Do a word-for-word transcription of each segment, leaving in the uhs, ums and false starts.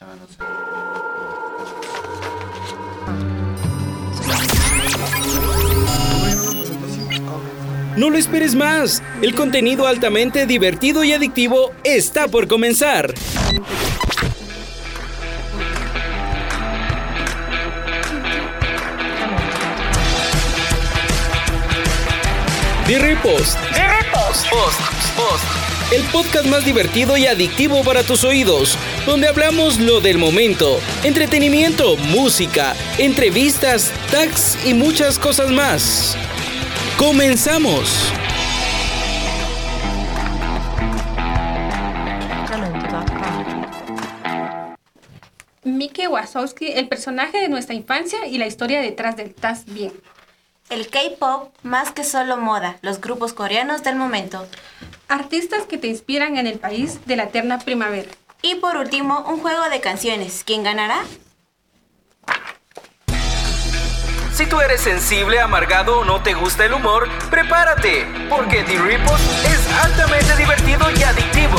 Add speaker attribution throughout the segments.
Speaker 1: chava, no sé.
Speaker 2: No lo esperes más. El contenido altamente divertido y adictivo está por comenzar. The Repost.
Speaker 3: The Repost.
Speaker 2: Post, post. El podcast más divertido y adictivo para tus oídos, donde hablamos lo del momento, entretenimiento, música, entrevistas, tags y muchas cosas más. ¡Comenzamos!
Speaker 4: Mike Wazowski, el personaje de nuestra infancia y la historia detrás del Taz Bien.
Speaker 5: El K-pop, más que solo moda, los grupos coreanos del momento.
Speaker 4: Artistas que te inspiran en el país de la eterna primavera.
Speaker 5: Y por último, un juego de canciones. ¿Quién ganará?
Speaker 2: Si tú eres sensible, amargado o no te gusta el humor, prepárate, porque The Repost es altamente divertido y adictivo.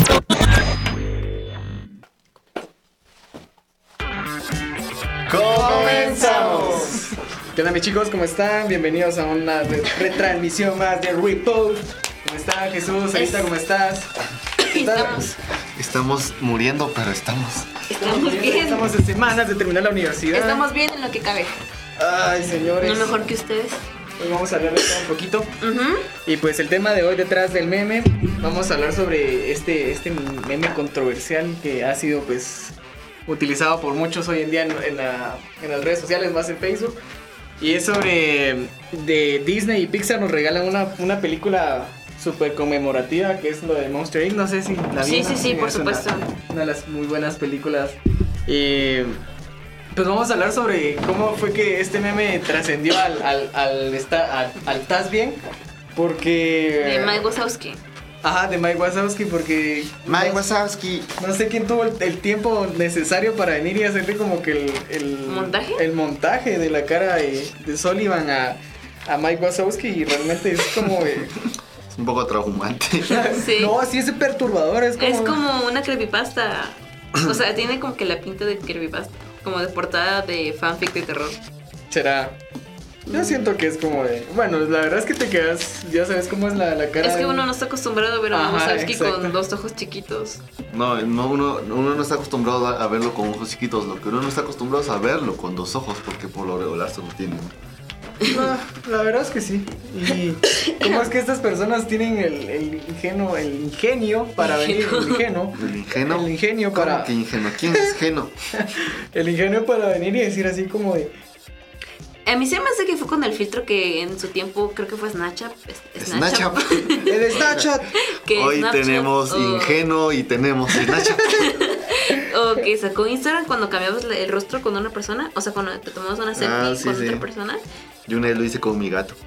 Speaker 1: ¡Comenzamos!
Speaker 6: ¿Qué onda, mis chicos? ¿Cómo están? Bienvenidos a una re- retransmisión más de Repost. ¿Cómo está Jesús? Sarita, ¿cómo estás? ¿Qué tal?
Speaker 5: Estamos,
Speaker 1: Estamos muriendo, pero estamos.
Speaker 5: estamos bien.
Speaker 6: Estamos en semanas de terminar la universidad.
Speaker 5: Estamos bien en lo que cabe.
Speaker 6: Ay, señores.
Speaker 5: No mejor que ustedes.
Speaker 6: Hoy vamos a hablar de todo un poquito.
Speaker 5: Ujú.
Speaker 6: Y pues el tema de hoy detrás del meme, vamos a hablar sobre este, este meme controversial que ha sido pues utilizado por muchos hoy en día en, en, la- en las redes sociales, más en Facebook. Y es sobre de Disney y Pixar nos regalan una, una película súper conmemorativa que es lo de Monster incorporated. No sé si la
Speaker 5: Sí,
Speaker 6: vieron.
Speaker 5: sí, sí, por
Speaker 6: Es una-
Speaker 5: supuesto.
Speaker 6: Una, de las muy buenas películas. Y pues vamos a hablar sobre cómo fue que este meme trascendió al, al, al, esta- al, al Taz Bien. Porque...
Speaker 5: De Mike Wazowski.
Speaker 6: Ajá, de Mike Wazowski, porque
Speaker 1: Mike
Speaker 6: no,
Speaker 1: Wazowski.
Speaker 6: no sé quién tuvo el, el tiempo necesario para venir y hacerle como que el, el
Speaker 5: ¿Montaje?
Speaker 6: el montaje de la cara de, de Sullivan a, a Mike Wazowski, y realmente es como de,
Speaker 1: Es un poco traumante.
Speaker 5: Sí.
Speaker 6: no, sí es perturbador, es como,
Speaker 5: Es como una creepypasta. O sea, tiene como que la pinta de creepypasta. Como de portada de fanfic de terror.
Speaker 6: será. Yo siento que es como de, bueno, la verdad es que te quedas, ya sabes cómo es la, la cara.
Speaker 5: Es que
Speaker 6: de-
Speaker 5: uno no está acostumbrado a ver a
Speaker 6: Ajá,
Speaker 5: Wazowski
Speaker 6: exacto.
Speaker 5: con dos ojos chiquitos.
Speaker 1: No, no uno, uno no está acostumbrado a a verlo con ojos chiquitos. Lo que uno no está acostumbrado es a verlo con dos ojos, porque por lo regular solo tiene uno.
Speaker 6: No, la verdad es que sí. Y cómo es que estas personas tienen el, el ingenuo, el ingenio para venir, el ingenuo.
Speaker 1: ¿El ingenuo?
Speaker 6: El ingenio
Speaker 1: ¿Cómo
Speaker 6: para.
Speaker 1: que ingenuo? ¿Quién es ingenuo?
Speaker 6: El ingenio para venir y decir así como de.
Speaker 5: A mí se me hace que fue con el filtro que en su tiempo creo que fue Snapchat.
Speaker 1: Snapchat.
Speaker 6: El Snapchat.
Speaker 5: Que
Speaker 1: Hoy
Speaker 5: Snapchat,
Speaker 1: tenemos
Speaker 5: o-
Speaker 1: ingenuo y tenemos Snapchat.
Speaker 5: O que sacó Instagram cuando cambiabas la- el rostro con una persona. O sea, cuando te tomabas una selfie
Speaker 1: Ah, sí,
Speaker 5: con
Speaker 1: sí.
Speaker 5: otra persona.
Speaker 1: Yo una vez lo hice con mi gato.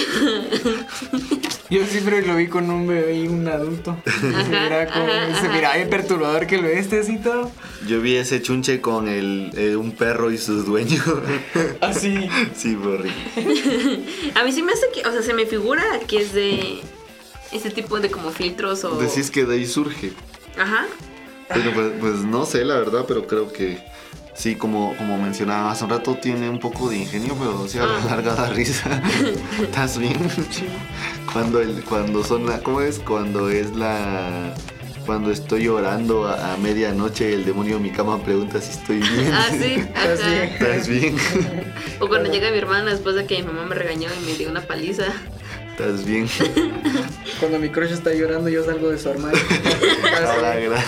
Speaker 6: Yo siempre lo vi con un bebé y un adulto. se mira como,
Speaker 5: ajá,
Speaker 6: se
Speaker 5: ajá.
Speaker 6: mira el perturbador que lo este así todo.
Speaker 1: Yo vi ese chunche con el, eh, un perro y sus dueños.
Speaker 6: Así.
Speaker 1: Sí, fue horrible.
Speaker 5: A mí sí me hace que, o sea, se me figura que es de ese tipo de como filtros o.
Speaker 1: Decís que de ahí surge.
Speaker 5: Ajá.
Speaker 1: Pero pues, pues no sé la verdad, pero creo que sí, como, como mencionaba hace un rato, tiene un poco de ingenio, pero sí a la
Speaker 5: Ah.
Speaker 1: larga da risa. ¿Estás bien? Cuando el, cuando son la, ¿cómo es? Cuando es la, cuando estoy llorando a, a medianoche, el demonio en mi cama pregunta si estoy bien.
Speaker 5: Ah, sí.
Speaker 6: ¿Estás
Speaker 5: Ajá.
Speaker 6: bien?
Speaker 1: ¿Estás bien?
Speaker 5: O cuando llega mi hermana después de que mi mamá me regañó y me dio una paliza.
Speaker 1: ¿Estás bien?
Speaker 6: Cuando mi crush está llorando, yo salgo de su armario.
Speaker 1: A la gran.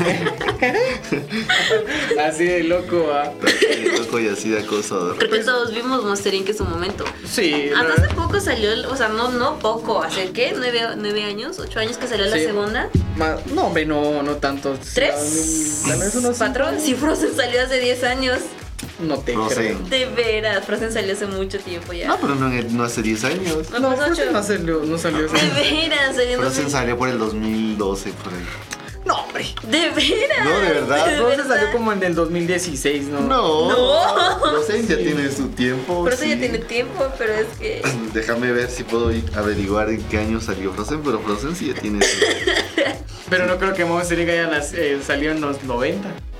Speaker 6: Así de loco, ah.
Speaker 1: Loco y así de acosador.
Speaker 5: Creo que todos vimos Monster incorporated en su momento.
Speaker 6: Sí.
Speaker 5: Hasta
Speaker 6: la-
Speaker 5: hace poco salió, el- o sea, no, no poco, ¿hace qué? ¿Nueve, nueve años? ¿Ocho años que salió la
Speaker 6: Sí.
Speaker 5: segunda?
Speaker 6: ma- No, hombre, no, no tanto.
Speaker 5: ¿Tres?
Speaker 6: Tal vez unos
Speaker 5: ¿Cuatro? Sí, Frozen salió hace diez años.
Speaker 6: No te
Speaker 1: No sé.
Speaker 6: creo.
Speaker 5: De veras, Frozen salió hace mucho tiempo ya.
Speaker 1: No, pero no, no hace diez años.
Speaker 5: No,
Speaker 6: No,
Speaker 5: pues
Speaker 6: Frozen
Speaker 5: ocho.
Speaker 6: no salió, no salió
Speaker 5: De
Speaker 6: así.
Speaker 5: veras, salió en
Speaker 1: Frozen
Speaker 5: dos mil.
Speaker 1: salió por el dos mil doce, por ahí.
Speaker 6: No, hombre.
Speaker 5: De veras.
Speaker 1: No, de verdad.
Speaker 5: de
Speaker 6: Frozen
Speaker 5: verdad.
Speaker 6: salió como en el dos mil dieciséis, ¿no?
Speaker 1: No,
Speaker 5: No.
Speaker 1: Frozen ya
Speaker 6: Sí.
Speaker 1: tiene su tiempo.
Speaker 5: Frozen
Speaker 1: sí.
Speaker 5: ya tiene tiempo, pero es que.
Speaker 1: Déjame ver si puedo ir a averiguar en qué año salió Frozen, pero Frozen sí ya tiene su...
Speaker 6: Pero no creo que Monster Incorporated haya las- eh, salió en los noventa.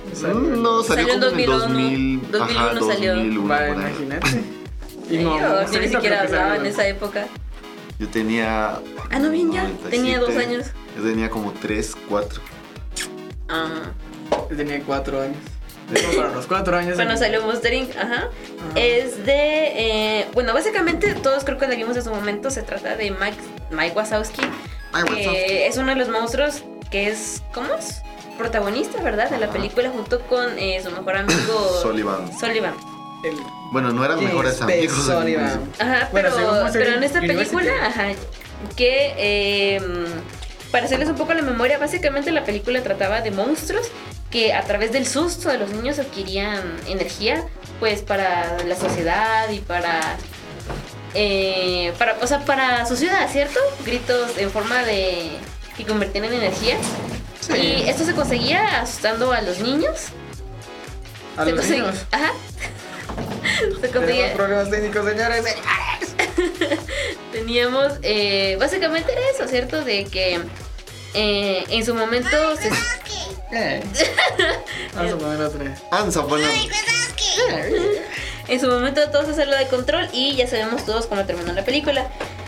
Speaker 1: No, salió,
Speaker 5: Salió en
Speaker 1: como en el
Speaker 5: dos mil uno.
Speaker 1: dos mil, ajá,
Speaker 5: dos mil uno salió.
Speaker 1: dos mil uno,
Speaker 6: Va,
Speaker 1: por ahí.
Speaker 6: imagínate. Y
Speaker 5: Yo,
Speaker 6: no,
Speaker 5: yo
Speaker 6: no
Speaker 5: ni
Speaker 6: sé,
Speaker 5: siquiera
Speaker 6: creo que
Speaker 5: hablaba
Speaker 6: salió
Speaker 5: en esa época.
Speaker 1: Yo tenía...
Speaker 5: Ah, no, bien ya.
Speaker 1: noventa y
Speaker 5: Tenía dos
Speaker 1: siete.
Speaker 5: años.
Speaker 1: Yo tenía como tres, cuatro.
Speaker 5: Ah.
Speaker 6: Yo tenía cuatro años. No, para los cuatro años.
Speaker 5: Cuando salió Monster incorporated, ajá.
Speaker 6: Ajá.
Speaker 5: Es de. Eh, bueno, básicamente todos creo que la vimos en su momento. Se trata de Mike, Mike Wazowski.
Speaker 1: Mike
Speaker 5: que
Speaker 1: Wazowski.
Speaker 5: es uno de los monstruos que es. ¿Cómo es? Protagonista, ¿verdad? De la
Speaker 1: Ajá.
Speaker 5: película junto con eh, su mejor amigo.
Speaker 1: Sullivan.
Speaker 5: Sullivan.
Speaker 6: El
Speaker 1: Bueno, no eran mejores
Speaker 6: James
Speaker 1: amigos.
Speaker 6: Sullivan.
Speaker 5: Ajá,
Speaker 6: Bueno,
Speaker 5: pero,
Speaker 6: según Monster
Speaker 5: pero en esta
Speaker 6: University.
Speaker 5: película, ajá, que eh, para hacerles un poco la memoria, básicamente la película trataba de monstruos que a través del susto de los niños adquirían energía, pues para la sociedad y para, eh, para, o sea, para su ciudad, ¿cierto? Gritos en forma de que convertían en energía.
Speaker 6: Sí.
Speaker 5: Y esto se conseguía asustando a los niños.
Speaker 6: A
Speaker 5: se
Speaker 6: los
Speaker 5: conseguía-
Speaker 6: niños.
Speaker 5: Ajá. Se
Speaker 6: Tenemos
Speaker 5: conseguía.
Speaker 6: problemas técnicos, señores.
Speaker 5: Teníamos, eh, básicamente era eso, ¿cierto? De que eh, en su momento se...
Speaker 6: Eh. Vamos a poner otra.
Speaker 1: Ansa, bueno.
Speaker 5: En su momento todo se salió de control y ya sabemos todos cómo terminó la película.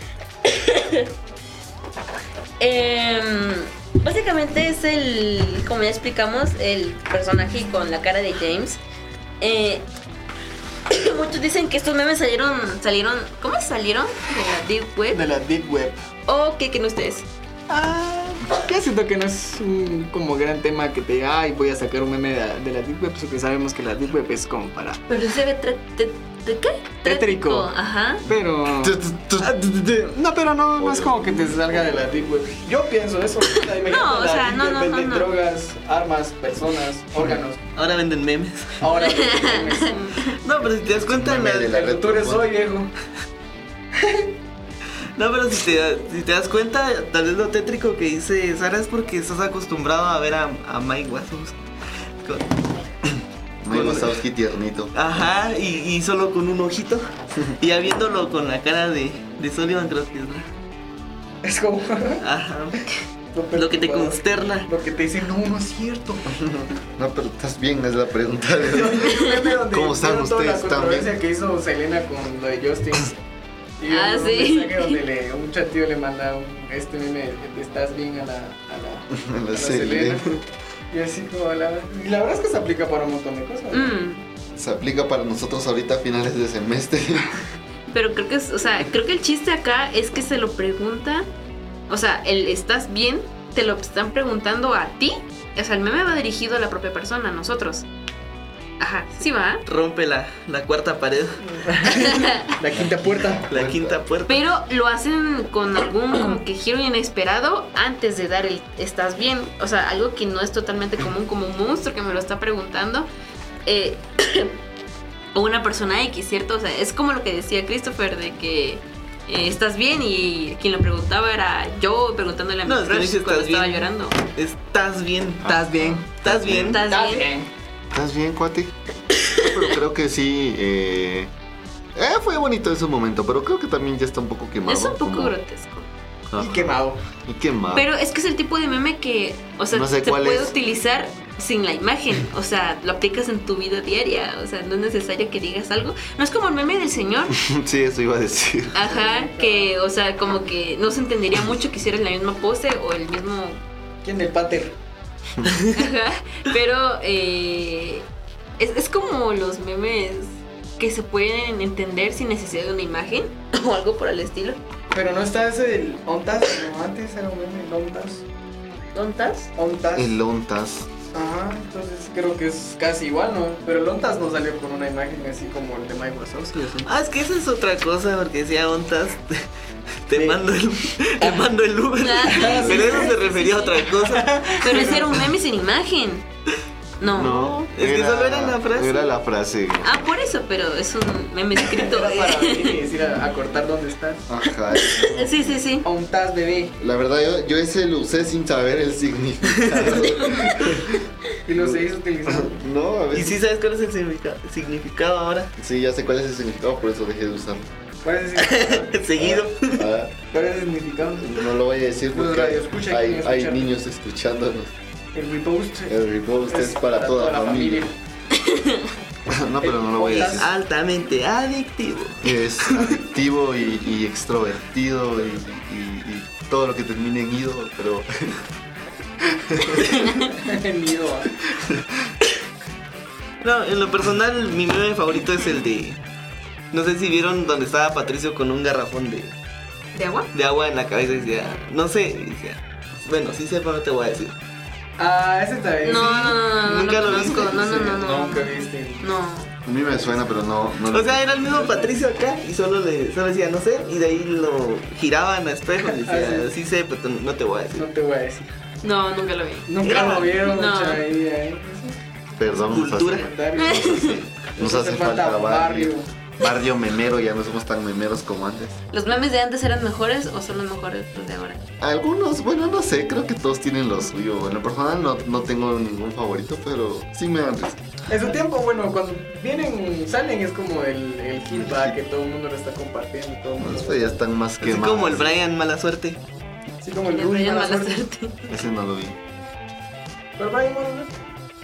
Speaker 5: Em, básicamente es el, como ya explicamos, el personaje con la cara de James. Eh, muchos dicen que estos memes salieron, salieron, ¿cómo salieron? De la Deep Web.
Speaker 6: De la Deep Web.
Speaker 5: ¿O qué creen ustedes?
Speaker 6: Ah, que siento que no es un como gran tema que te diga, ay, voy a sacar un meme de la, de la Deep Web, porque sabemos que la Deep Web es como para...
Speaker 5: Pero se ve tre- te- ¿de qué?
Speaker 6: Tétrico.
Speaker 5: Ajá.
Speaker 6: Pero... Ah, No, pero no, no es como que te salga de la Deep Web. Yo pienso eso.
Speaker 5: No, o sea, no, no,
Speaker 6: Venden
Speaker 5: no, no.
Speaker 6: drogas, armas, personas, órganos.
Speaker 3: Ahora venden memes.
Speaker 6: Ahora memes.
Speaker 3: No, pero si te das cuenta,
Speaker 1: Meme
Speaker 3: la-
Speaker 1: de la
Speaker 6: El futuro es hoy, viejo.
Speaker 3: no, pero si te, si te das cuenta, tal vez lo tétrico que dice Sara es porque estás acostumbrado a ver a, a Mike Wazowski. Con-
Speaker 1: Mike Wazowski tiernito.
Speaker 3: Ajá, y, y solo con un ojito. Y ya viéndolo con la cara de, de Sullivan, creo que es la-
Speaker 6: Es como...
Speaker 3: Ajá. Lo que te consterna.
Speaker 6: Lo que te dicen, no, no es cierto.
Speaker 1: No, pero estás bien, es la pregunta de
Speaker 6: Yo
Speaker 1: hoy.
Speaker 6: vi un meme donde
Speaker 1: ¿Cómo están
Speaker 6: vieron toda la
Speaker 1: ustedes? ¿Están
Speaker 6: controversia
Speaker 1: bien?
Speaker 6: que hizo Selena con lo de Justin. Y
Speaker 5: Ah,
Speaker 6: un
Speaker 5: sí.
Speaker 6: mensaje donde le, un chatío le manda un, este meme de estás bien a la, a la,
Speaker 1: A la
Speaker 6: a la
Speaker 1: Selena.
Speaker 6: Y así como la... Y la verdad es que se aplica para un montón de cosas. ¿no?
Speaker 5: Mm.
Speaker 1: Se aplica para nosotros ahorita a finales de semestre.
Speaker 5: Pero creo que es, o sea, creo que el chiste acá es que se lo pregunta, o sea, el ¿estás bien? Te lo están preguntando a ti. O sea, el meme va dirigido a la propia persona, a nosotros. Ajá, sí va.
Speaker 3: Rompe la, la cuarta pared,
Speaker 6: La quinta puerta.
Speaker 3: la quinta puerta.
Speaker 5: Pero lo hacen con algún como que giro inesperado antes de dar el ¿estás bien? O sea, algo que no es totalmente común, como un monstruo que me lo está preguntando. Eh, o una persona X, ¿cierto? O sea, es como lo que decía Christopher de que eh, ¿estás bien? Y quien lo preguntaba era yo preguntándole a mi
Speaker 3: No, es que
Speaker 5: crush
Speaker 3: dice,
Speaker 5: cuando
Speaker 3: "¿Estás
Speaker 5: estaba
Speaker 3: bien?".
Speaker 5: llorando.
Speaker 3: Estás bien.
Speaker 6: Estás bien.
Speaker 3: ¿Estás bien?
Speaker 5: ¿Estás bien?
Speaker 1: ¿Estás bien, cuate? Pero creo que sí. Eh, eh, fue bonito ese momento, pero creo que también ya está un poco quemado.
Speaker 5: Es un poco
Speaker 1: como-
Speaker 5: grotesco.
Speaker 1: Ajá.
Speaker 6: Y quemado.
Speaker 1: Y quemado.
Speaker 5: Pero es que es el tipo de meme que, o sea,
Speaker 1: No sé
Speaker 5: se
Speaker 1: cuál
Speaker 5: puede
Speaker 1: es.
Speaker 5: utilizar sin la imagen. O sea, lo aplicas en tu vida diaria. O sea, no es necesario que digas algo. No es como el meme del señor.
Speaker 1: Sí, eso iba a decir.
Speaker 5: Ajá, que, o sea, como que no se entendería mucho que hicieras la misma pose o el mismo.
Speaker 6: ¿Quién el pater?
Speaker 5: Ajá, pero eh, es, es como los memes que se pueden entender sin necesidad de una imagen o algo por el estilo.
Speaker 6: Pero no está ese del Ontas, no, antes era un meme, el Ontas.
Speaker 5: ¿Tontas?
Speaker 6: Ontas.
Speaker 1: El Ontas.
Speaker 6: Ajá, entonces creo que es casi igual, ¿no? Pero el Ontas no salió con una imagen así como el de Mike Wazowski, ¿o sí?
Speaker 3: Ah, es que esa es otra cosa, porque decía Ontas, te, te
Speaker 6: Sí.
Speaker 3: mando el, te mando el Uber.
Speaker 5: Ah,
Speaker 3: Pero
Speaker 5: sí,
Speaker 3: eso
Speaker 5: sí,
Speaker 3: se
Speaker 5: sí,
Speaker 3: refería a
Speaker 5: sí.
Speaker 3: otra cosa.
Speaker 5: Pero ese era un meme sin imagen. No.
Speaker 1: No,
Speaker 3: es que solo era la frase.
Speaker 1: Era la frase.
Speaker 5: Ah, por eso, pero es un meme escrito.
Speaker 6: Era para venir y decir a, a cortar dónde estás.
Speaker 1: Ajá.
Speaker 5: Sí, sí, sí.
Speaker 6: Ontas, bebé.
Speaker 1: La verdad, yo, yo ese lo usé sin saber el significado.
Speaker 6: Y lo seguís utilizando.
Speaker 1: No, a
Speaker 3: ¿Y
Speaker 1: veces.
Speaker 3: sí sabes cuál es el significa- significado ahora?
Speaker 1: Sí, ya sé cuál es el significado, por eso dejé de usarlo.
Speaker 6: ¿Cuál es el significado?
Speaker 3: Seguido.
Speaker 1: Ah,
Speaker 6: ¿Cuál es el significado?
Speaker 1: no lo voy a decir
Speaker 6: Los
Speaker 1: porque
Speaker 6: radioescuchas
Speaker 1: hay,
Speaker 6: quieren
Speaker 1: hay
Speaker 6: escuchar.
Speaker 1: niños escuchándonos.
Speaker 6: El repost.
Speaker 1: El repost es, para, toda, la familia. No, pero no lo voy a decir.
Speaker 3: Altamente adictivo.
Speaker 1: Es adictivo y, y extrovertido y, y, y todo lo que termine en ido, pero...
Speaker 6: En ido.
Speaker 3: No, en lo personal, mi meme favorito es el de... No sé si vieron donde estaba Patricio con un garrafón de...
Speaker 5: ¿De agua?
Speaker 3: De agua en la cabeza y decía... No sé, y decía... Bueno, sí sé, pero no te voy a decir.
Speaker 6: Ah, ese está bien.
Speaker 5: No,
Speaker 6: sí.
Speaker 5: no, no, no,
Speaker 3: Nunca
Speaker 5: no
Speaker 3: lo
Speaker 5: conozco.
Speaker 3: viste.
Speaker 5: No, no, no, no.
Speaker 6: Nunca viste.
Speaker 5: No.
Speaker 1: A mí me suena, pero no... no
Speaker 3: O sea, era el mismo Patricio acá y solo le solo decía no sé y de ahí lo giraban a espejo y decía
Speaker 6: Ah,
Speaker 3: sí sé, pero no te voy a
Speaker 6: No
Speaker 3: decir.
Speaker 6: te voy a decir.
Speaker 5: No, nunca lo vi.
Speaker 6: Nunca lo vieron,
Speaker 5: No.
Speaker 6: mucha idea, ¿eh?
Speaker 1: Perdón, nos
Speaker 3: Cultura.
Speaker 1: hace, nos hace falta barrio. Barrio memero, ya no somos tan memeros como antes.
Speaker 5: ¿Los memes de antes eran mejores o son los mejores los de ahora?
Speaker 1: Algunos, bueno, no sé, creo que todos tienen lo suyo. En lo personal no, no tengo ningún favorito, pero sí me dan risa.
Speaker 6: En su tiempo, bueno, cuando vienen, salen, es como el, el hit va, que todo el mundo lo está compartiendo. Todo el mundo
Speaker 1: Estos ya están más
Speaker 3: Así
Speaker 1: quemados.
Speaker 3: como el Brian mala suerte.
Speaker 6: Así como el
Speaker 5: El
Speaker 6: Rudy,
Speaker 5: Brian
Speaker 6: mala
Speaker 5: mala
Speaker 6: suerte.
Speaker 5: suerte.
Speaker 1: Ese no lo vi.
Speaker 6: Pero Brian mala suerte.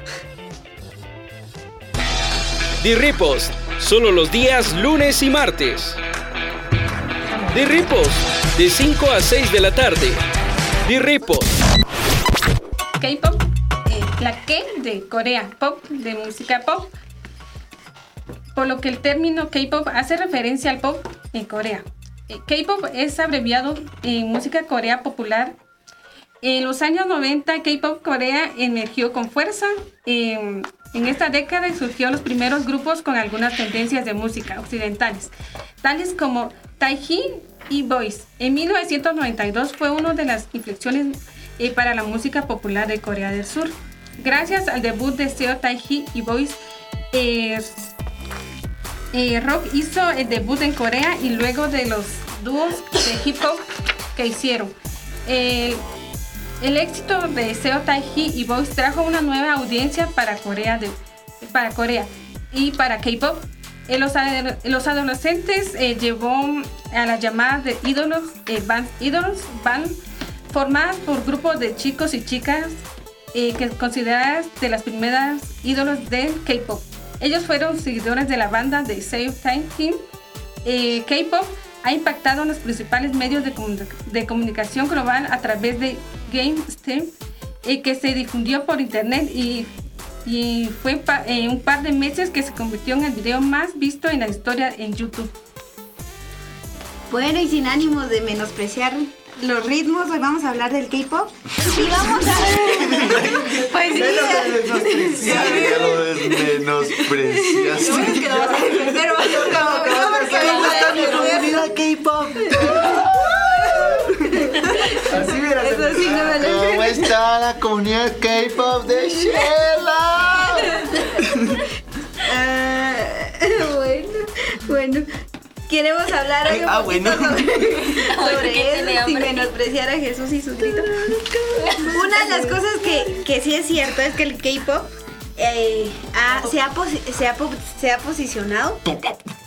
Speaker 2: The Ripost, solo los días lunes y martes. The Ripost, de cinco a seis de la tarde. The Ripost.
Speaker 4: K-pop, eh, la K de Corea, pop de música pop, por lo que el término K-pop hace referencia al pop en Corea. Eh, K-pop es abreviado en música corea popular. En los años noventa, K-pop Corea emergió con fuerza. Eh, en esta década surgieron los primeros grupos con algunas tendencias de música occidentales, tales como Taehi y Boys. En mil novecientos noventa y dos fue una de las inflexiones eh, para la música popular de Corea del Sur. Gracias al debut de Seo Taehi y Boys, eh, eh, Rock hizo el debut en Corea y luego de los dúos de hip hop que hicieron. Eh, El éxito de Seo Taehi y Boys trajo una nueva audiencia para Corea, de, para Corea y para K-pop. Eh, los, los adolescentes eh, llevó a las llamadas de ídolos, eh, band, ídolos, band, formadas por grupos de chicos y chicas eh, que consideradas de las primeras ídolos del K-pop. Ellos fueron seguidores de la banda de Seo Taehi. Eh, K-pop ha impactado en los principales medios de, comun de comunicación global a través de GameStream, eh, que se difundió por internet y, y fue en eh, un par de meses que se convirtió en el video más visto en la historia en YouTube.
Speaker 7: Bueno, y sin ánimos de menospreciar los ritmos, hoy vamos a hablar del K-pop. Y vamos a... Pues sí,
Speaker 1: Ya lo desmenospreciaste.
Speaker 7: no es que lo vas a defender, vas a como que no, porque me gusta mi comunidad K-pop.
Speaker 6: Así verás.
Speaker 7: Eso sí no me lo...
Speaker 1: ¿Cómo está la comunidad K-pop de Shela?
Speaker 7: Ah, bueno, bueno. Queremos hablar hoy un
Speaker 3: Ah,
Speaker 7: poquito
Speaker 3: bueno.
Speaker 7: sobre, sobre
Speaker 5: ¿Qué tiene
Speaker 7: eso, sin
Speaker 5: hambre?
Speaker 7: menospreciar a Jesús y sus gritos. Una de las cosas que, que sí es cierto es que el K-pop eh, ha- se, ha posi- se, ha po- se ha posicionado por,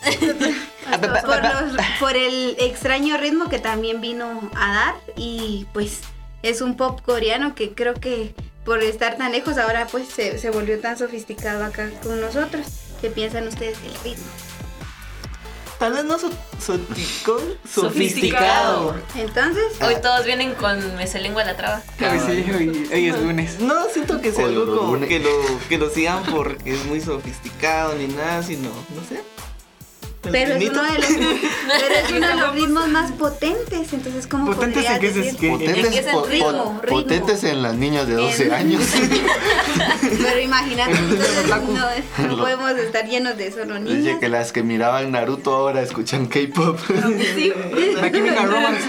Speaker 7: los- por el extraño ritmo que también vino a dar, y pues es un pop coreano que creo que por estar tan lejos ahora pues se, se volvió tan sofisticado acá con nosotros. ¿Qué piensan ustedes del ritmo?
Speaker 3: Tal vez no so sotico,
Speaker 5: Sofisticado.
Speaker 3: sofisticado.
Speaker 7: Entonces,
Speaker 5: Hoy todos vienen con me se lengua la traba.
Speaker 6: Hoy sí, hoy, hoy es lunes.
Speaker 3: No siento que sea
Speaker 1: Oye,
Speaker 3: algo
Speaker 1: los
Speaker 3: como
Speaker 1: lunes.
Speaker 3: que lo, que lo sigan porque es muy sofisticado ni nada, sino, no sé. el
Speaker 7: pero es,
Speaker 3: ritmito.
Speaker 7: uno de los, pero es uno de los ritmos más potentes, entonces ¿cómo
Speaker 6: ¿Potentes en
Speaker 7: podrías
Speaker 6: qué se
Speaker 7: decir?
Speaker 6: que-
Speaker 1: Potentes,
Speaker 7: Es el
Speaker 1: po-
Speaker 7: ritmo,
Speaker 1: po-
Speaker 7: ritmo.
Speaker 1: potentes en las niñas de doce
Speaker 7: En-
Speaker 1: años.
Speaker 7: Pero imagínate, entonces
Speaker 6: otaku.
Speaker 7: no, no podemos estar llenos de solo
Speaker 1: Dice
Speaker 7: niñas.
Speaker 1: que las que miraban Naruto ahora escuchan K-pop.
Speaker 7: Sí.
Speaker 6: My Chemical Romance.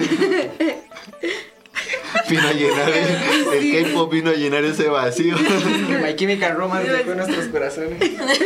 Speaker 1: Vino a llenar el, el K-pop vino a llenar ese vacío.
Speaker 6: My Chemical Romance dejó en nuestros corazones.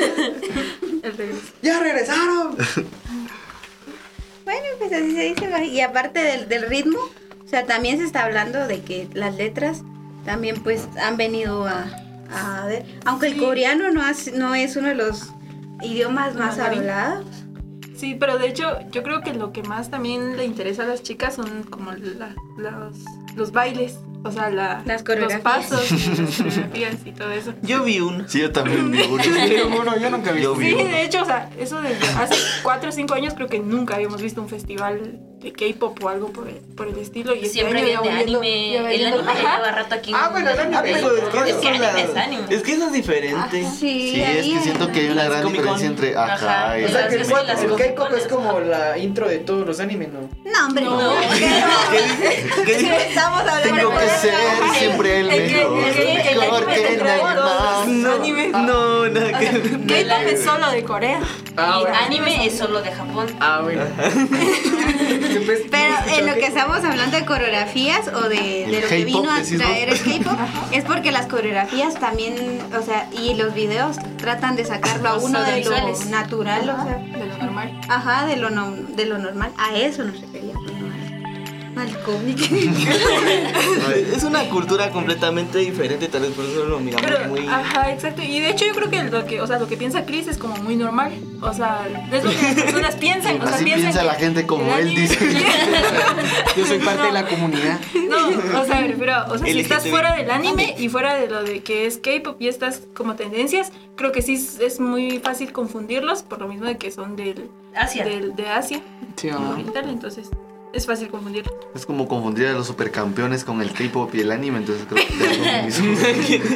Speaker 6: ¡Ya regresaron!
Speaker 7: Bueno, pues así se dice. Y aparte del, del ritmo, o sea, también se está hablando de que las letras también pues han venido a, a ver. Aunque el
Speaker 8: Sí.
Speaker 7: coreano no, has- no es uno de los idiomas más
Speaker 8: Mandarín.
Speaker 7: hablados.
Speaker 8: Sí, pero de hecho yo creo que lo que más también le interesa a las chicas son como la- los, los bailes. o sea, la,
Speaker 7: Las
Speaker 8: los
Speaker 7: coreografías.
Speaker 8: pasos, y las coreografías y todo eso.
Speaker 3: Yo vi uno.
Speaker 1: Sí, yo también vi uno.
Speaker 6: Uno, yo nunca vi.
Speaker 1: Yo vi
Speaker 8: Sí,
Speaker 1: uno.
Speaker 8: de hecho, o sea, eso desde hace cuatro o cinco años creo que nunca habíamos visto un festival de K-pop o algo por el, por el estilo. Y este
Speaker 5: Siempre
Speaker 8: año
Speaker 5: había
Speaker 8: ya
Speaker 5: de
Speaker 8: volviendo-
Speaker 5: anime.
Speaker 8: ya
Speaker 5: El
Speaker 8: volviendo-
Speaker 5: anime
Speaker 8: Ajá.
Speaker 5: lleva rato aquí.
Speaker 6: Ah, bueno, el anime.
Speaker 3: Ah, pero es que,
Speaker 5: Es que
Speaker 3: son
Speaker 5: anime
Speaker 3: las-
Speaker 5: es anime.
Speaker 3: es que eso es diferente.
Speaker 7: Ah, sí,
Speaker 1: Sí, es
Speaker 7: ahí
Speaker 1: que siento que hay una
Speaker 3: Las
Speaker 1: gran
Speaker 3: Comic Con.
Speaker 1: diferencia entre
Speaker 5: Ajá.
Speaker 1: ajá y...
Speaker 6: O sea, que el,
Speaker 5: Sí, las
Speaker 6: el K-pop
Speaker 5: Comic-Cones.
Speaker 6: es como la intro de todos los animes, ¿no?
Speaker 7: No, hombre, no.
Speaker 5: No.
Speaker 3: ¿Qué dice?
Speaker 7: Estamos hablando
Speaker 1: Tengo que ser siempre el
Speaker 8: El que-
Speaker 1: mejor,
Speaker 8: el que- el
Speaker 1: mejor
Speaker 8: anime
Speaker 1: que
Speaker 8: te
Speaker 1: nadie
Speaker 8: trae todos
Speaker 1: más.
Speaker 8: los
Speaker 3: No,
Speaker 8: animes.
Speaker 3: no, nada que ver.
Speaker 8: K-pop es solo de Corea.
Speaker 6: Ah,
Speaker 5: Y
Speaker 6: bueno.
Speaker 5: anime es solo de Japón.
Speaker 6: Ah, bueno. Pues,
Speaker 7: Pero
Speaker 6: no
Speaker 7: en lo que
Speaker 6: escucho
Speaker 7: estamos hablando de coreografías o de, de
Speaker 1: El
Speaker 7: lo que
Speaker 1: K-pop,
Speaker 7: vino a
Speaker 1: decís
Speaker 7: traer
Speaker 1: vos.
Speaker 7: el K-pop, es porque las coreografías también, o sea, y los videos tratan de sacarlo a
Speaker 5: Los
Speaker 7: uno de lo
Speaker 5: audiovisuales.
Speaker 7: natural, o sea,
Speaker 8: De lo normal.
Speaker 7: ajá, de lo, no- de lo normal. A eso nos refería, pues, no al, al cómic.
Speaker 3: Es una cultura completamente diferente, tal vez por eso lo miramos
Speaker 8: Pero,
Speaker 3: muy...
Speaker 8: ajá, exacto. Y de hecho yo creo que lo que, o sea, lo que piensa Chris es como muy normal. O sea, es lo que las personas piensan. O sea,
Speaker 1: Así
Speaker 8: piensan
Speaker 1: piensa
Speaker 8: que
Speaker 1: la gente como
Speaker 8: el
Speaker 1: él
Speaker 8: anime-
Speaker 1: dice.
Speaker 6: Yo soy parte de la comunidad.
Speaker 8: No, o sea, pero, o sea, si
Speaker 3: L G
Speaker 8: estás
Speaker 3: T B.
Speaker 8: fuera del anime y fuera de lo de que es K-pop y estas como tendencias, creo que sí es, es muy fácil confundirlos por lo mismo de que son del,
Speaker 5: Asia.
Speaker 8: del de Asia
Speaker 6: Sí, mamá.
Speaker 8: oriental, entonces es fácil confundirlos.
Speaker 1: Es como confundir a los supercampeones con el K-pop y el anime, entonces creo que te hago lo mismo.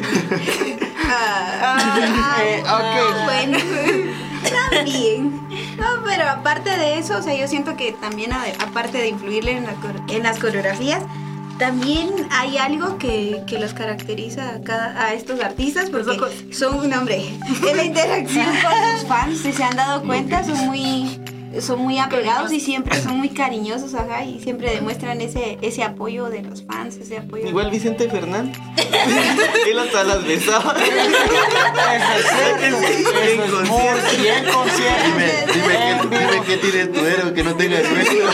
Speaker 7: Ah,
Speaker 6: Eh, ok.
Speaker 7: bueno, también. No, pero aparte de eso, o sea, yo siento que también, a- aparte de influirle en, la core- en las coreografías, también hay algo que, que los caracteriza a, cada, a estos artistas,
Speaker 8: Los
Speaker 7: porque
Speaker 8: locos.
Speaker 7: son un hombre. En la interacción con sus fans, si se han dado cuenta, son muy, son muy apegados y siempre son muy cariñosos, ajá, y siempre demuestran ese, ese apoyo de los fans, ese apoyo.
Speaker 3: Igual Vicente Fernández. Él hasta las besaba. En concierto.
Speaker 6: Bien concierto.
Speaker 1: Dime, dime, qué, dime qué tienes tu héroe que no tenga nuestro.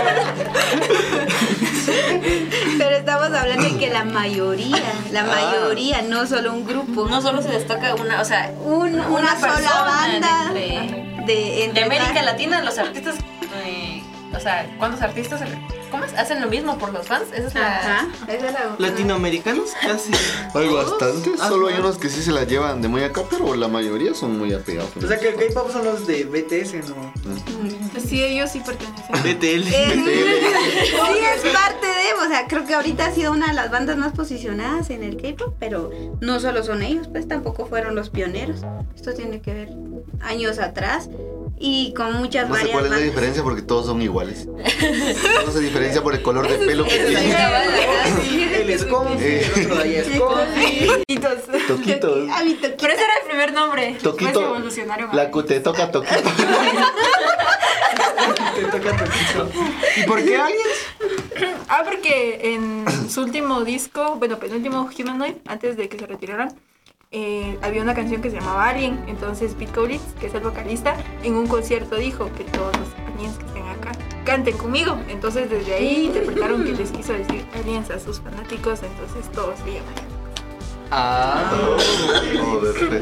Speaker 7: Pero estamos hablando de que la mayoría, la
Speaker 3: Ah.
Speaker 7: mayoría, no solo un grupo,
Speaker 5: No solo se destaca una, o sea,
Speaker 7: un- una,
Speaker 5: una
Speaker 7: sola
Speaker 5: persona
Speaker 7: banda
Speaker 5: de-
Speaker 7: de,
Speaker 5: de
Speaker 7: entre
Speaker 5: América
Speaker 7: las-
Speaker 5: Latina, los artistas, eh, o sea, ¿cuántos artistas ¿cómo es? hacen lo mismo por los fans? Esa es la...
Speaker 7: Ajá, esa es la
Speaker 3: Latinoamericanos casi.
Speaker 1: Hay bastantes, solo hay
Speaker 3: Ajá.
Speaker 1: unos que sí se la llevan de muy acá, pero la mayoría son muy apegados.
Speaker 6: O sea que el K-pop son los de B T S, ¿no?
Speaker 8: Sí, ellos sí pertenecen.
Speaker 3: B T L.
Speaker 7: Eh, sí, es parte de, o sea, creo que ahorita ha sido una de las bandas más posicionadas en el K-pop, pero no solo son ellos, pues tampoco fueron los pioneros. Esto tiene que ver años atrás y con muchas
Speaker 1: No sé
Speaker 7: varias
Speaker 1: cuál es la
Speaker 7: bandas.
Speaker 1: diferencia porque todos son iguales. Solo se diferencia por el color de pelo que
Speaker 5: Eso
Speaker 1: tienen.
Speaker 6: Él es Confi, el otro de ahí es Confi.
Speaker 8: Entonces,
Speaker 1: Toquito.
Speaker 7: A mi toquito.
Speaker 8: pero ese era el primer nombre. Después
Speaker 1: Toquito.
Speaker 8: evolucionaron a-
Speaker 1: La que te toca Toquito.
Speaker 6: Te toca Toquito. ¿Y por qué aliens?
Speaker 8: Ah, porque en su último disco, bueno, penúltimo Humanoid, antes de que se retiraran, eh, había una canción que se llamaba Alien. Entonces Pete Kaulitz, que es el vocalista, en un concierto dijo que todos los aliens que estén acá canten conmigo. Entonces desde ahí interpretaron que les quiso decir aliens a sus fanáticos, entonces todos se llaman.
Speaker 6: Ah.
Speaker 1: Joder, pues.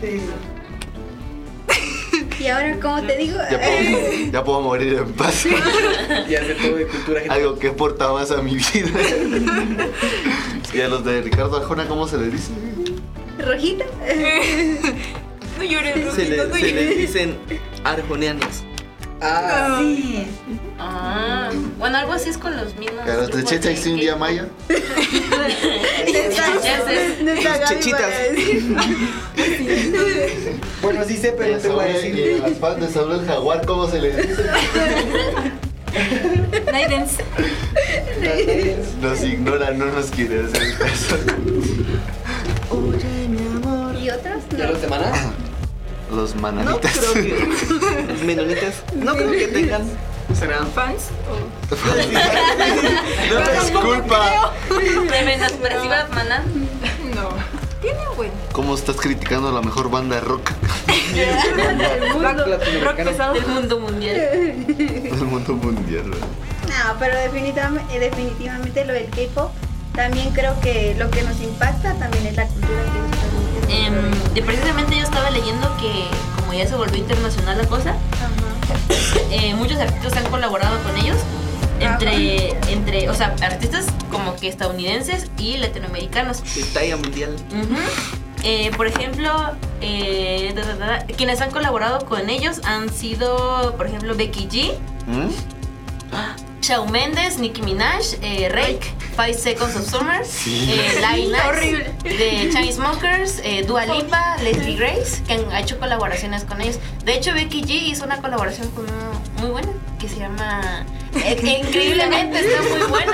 Speaker 7: Y ahora, ¿cómo te digo?
Speaker 1: Ya puedo, ya puedo morir en paz.
Speaker 6: Ya sé todo de cultura general.
Speaker 1: Algo que aporta más a mi vida. Y a los de Ricardo Arjona, ¿cómo se les dice?
Speaker 7: ¿Rojita?
Speaker 8: No llores,
Speaker 3: Se, le-
Speaker 8: no
Speaker 3: se les
Speaker 8: llores.
Speaker 3: dicen arjoneanos.
Speaker 6: Ah.
Speaker 7: Sí.
Speaker 5: Ah, bueno, algo así es con los mismos.
Speaker 1: Que a los de
Speaker 5: grupos
Speaker 1: Checha y
Speaker 5: de
Speaker 1: Cindy
Speaker 5: K-pop.
Speaker 1: Maya.
Speaker 7: Nuestra Gaby
Speaker 3: chechitas.
Speaker 7: va a decir.
Speaker 6: Bueno, sí sé, pero no te voy a
Speaker 1: Y
Speaker 6: decir.
Speaker 1: a las fans de Saulo el Jaguar, ¿cómo se les dice?
Speaker 8: Nightdance.
Speaker 1: Nos ignora, no nos quiere hacer caso.
Speaker 7: ¿Y otros?
Speaker 6: ¿Ya los de Maná?
Speaker 1: Los
Speaker 3: No
Speaker 1: mananitas.
Speaker 3: creo que. Los menonitas. No creo que tengan.
Speaker 6: ¿Serán?
Speaker 8: ¿Fans? O-
Speaker 1: No te disculpa.
Speaker 5: De menospreciativa maná.
Speaker 8: No. Tiene buen.
Speaker 1: ¿Cómo estás criticando a la mejor banda de rock
Speaker 8: Rock, rock
Speaker 6: latinoamericano.
Speaker 8: pesado.
Speaker 5: Del mundo mundial.
Speaker 1: del mundo mundial? ¿Verdad?
Speaker 7: No, pero definitivamente, definitivamente lo del K-pop, también creo que lo que nos impacta también es la cultura que ellos transmiten.
Speaker 5: Em, de precisamente yo estaba leyendo que como ya se volvió internacional la cosa,
Speaker 7: Ajá.
Speaker 5: eh, muchos artistas han colaborado con ellos entre, entre, o sea, artistas como que estadounidenses y latinoamericanos.
Speaker 3: De talla mundial.
Speaker 5: Uh-huh. Eh, por ejemplo, eh, da, da, da, quienes han colaborado con ellos han sido, por ejemplo, Becky G,
Speaker 1: ¿Mm?
Speaker 5: Shawn Mendes, Nicki Minaj, eh, Rake, Five Seconds of Summer,
Speaker 1: Sí.
Speaker 5: eh, Lil Nas,
Speaker 8: Horrible.
Speaker 5: The Chainsmokers, eh, Dua Lipa, Leslie Grace, que han hecho colaboraciones con ellos. De hecho, Becky G hizo una colaboración con uno muy buena que se llama... eh, que increíblemente está muy buena.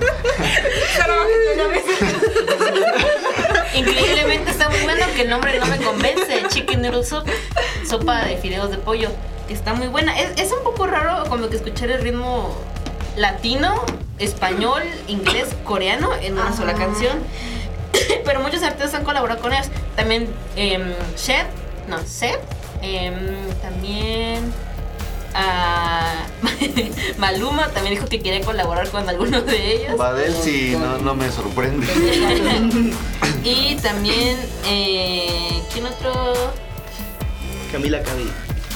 Speaker 5: Increíblemente está muy bueno, que el nombre no me convence. Chicken Noodle Soup, sopa de fideos de pollo, que está muy buena. Es, es un poco raro como que escuchar el ritmo latino, español, inglés, coreano en una sola canción. Pero muchos artistas han colaborado con ellos. También eh, Shed, no, Seth, eh, también a Maluma también dijo que quiere colaborar con algunos de ellos.
Speaker 1: Badel sí, no, no me sorprende.
Speaker 5: Y también, eh, ¿quién otro?
Speaker 3: Camila Cabello.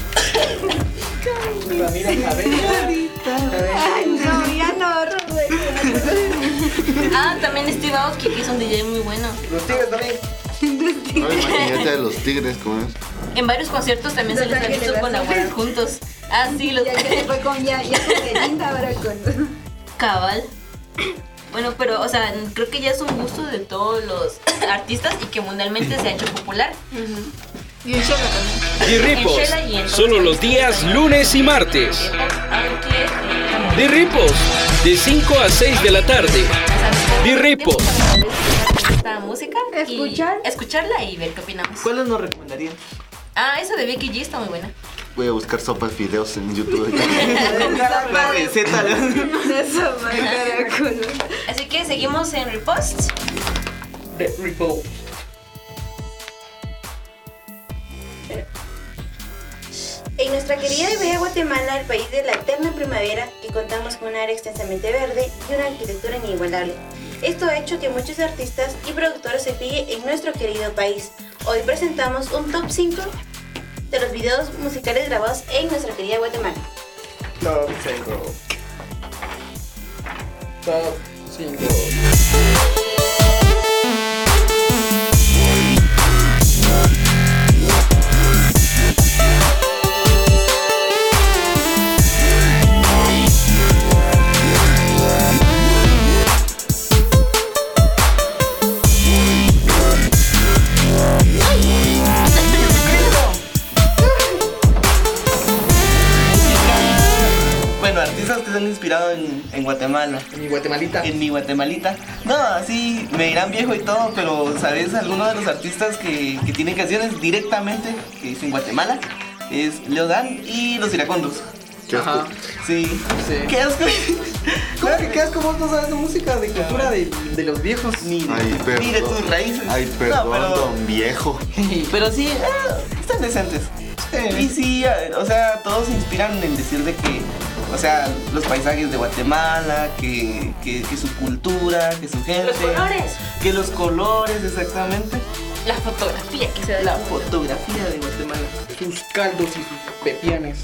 Speaker 6: Camila Cabello.
Speaker 7: Ay, no, ya no, Rubén.
Speaker 5: Ah, también Steve Aoki, que es un D J muy bueno.
Speaker 6: Los tigres también.
Speaker 1: No, imagínate a los tigres, ¿cómo es?
Speaker 5: En varios conciertos también se
Speaker 7: Los
Speaker 5: les ha visto
Speaker 7: Ángeles
Speaker 5: colaborar
Speaker 7: Azules.
Speaker 5: juntos. Ah, sí, los
Speaker 7: Ya que se fue con ya, ya con Belinda, ahora con.
Speaker 5: Cabal. Bueno, pero, o sea, creo que ya es un gusto de todos los artistas y que mundialmente se ha hecho popular.
Speaker 8: Y en Shela también.
Speaker 2: Dirripos,
Speaker 5: En Shela y en
Speaker 2: solo
Speaker 5: todos
Speaker 2: los días lunes y martes.
Speaker 5: Aunque, eh,
Speaker 2: Dirripos, de cinco a seis de la tarde. Dirripos.
Speaker 5: Esta música. y
Speaker 7: Escuchar.
Speaker 5: Escucharla y ver qué opinamos.
Speaker 3: ¿Cuáles nos recomendarían?
Speaker 5: Ah, esa de Becky G está muy buena.
Speaker 1: Voy a buscar sopas fideos en YouTube.
Speaker 3: La receta.
Speaker 7: Eso, caracol.
Speaker 5: Así que seguimos en Repost.
Speaker 6: The Ripple.
Speaker 7: En nuestra querida y bella Guatemala, el país de la eterna primavera, que contamos con un área extensamente verde y una arquitectura inigualable. Esto ha hecho que muchos artistas y productores se fijen en nuestro querido país. Hoy presentamos un top cinco de los videos musicales grabados en nuestra querida Guatemala.
Speaker 6: Top cinco. Top cinco.
Speaker 3: Bueno, artistas que se han inspirado en, en Guatemala.
Speaker 6: En mi Guatemalita.
Speaker 3: En mi Guatemalita. No, así me dirán viejo y todo, pero ¿sabes? Alguno de los artistas que, que tienen canciones directamente que dicen Guatemala es Leodán y Los Iracundos.
Speaker 1: Qué asco.
Speaker 6: Ajá.
Speaker 3: Sí.
Speaker 6: Sí.
Speaker 3: ¿Qué asco?
Speaker 6: Claro que quedas como no sabes de música, de cultura de, de los viejos.
Speaker 3: Mire,
Speaker 1: Ay, perdón.
Speaker 3: mire tus raíces.
Speaker 1: Ay, perdón,
Speaker 3: No, pero,
Speaker 1: don viejo.
Speaker 3: pero sí, ah, están decentes. Y sí, ah, o sea, todos se inspiran en decir de que, o sea, los paisajes de Guatemala, que, que, que su cultura, que su gente.
Speaker 5: Los colores.
Speaker 3: Que los colores, exactamente.
Speaker 5: La fotografía que se da.
Speaker 3: La fotografía de Guatemala.
Speaker 6: Sus caldos y sus pepianes.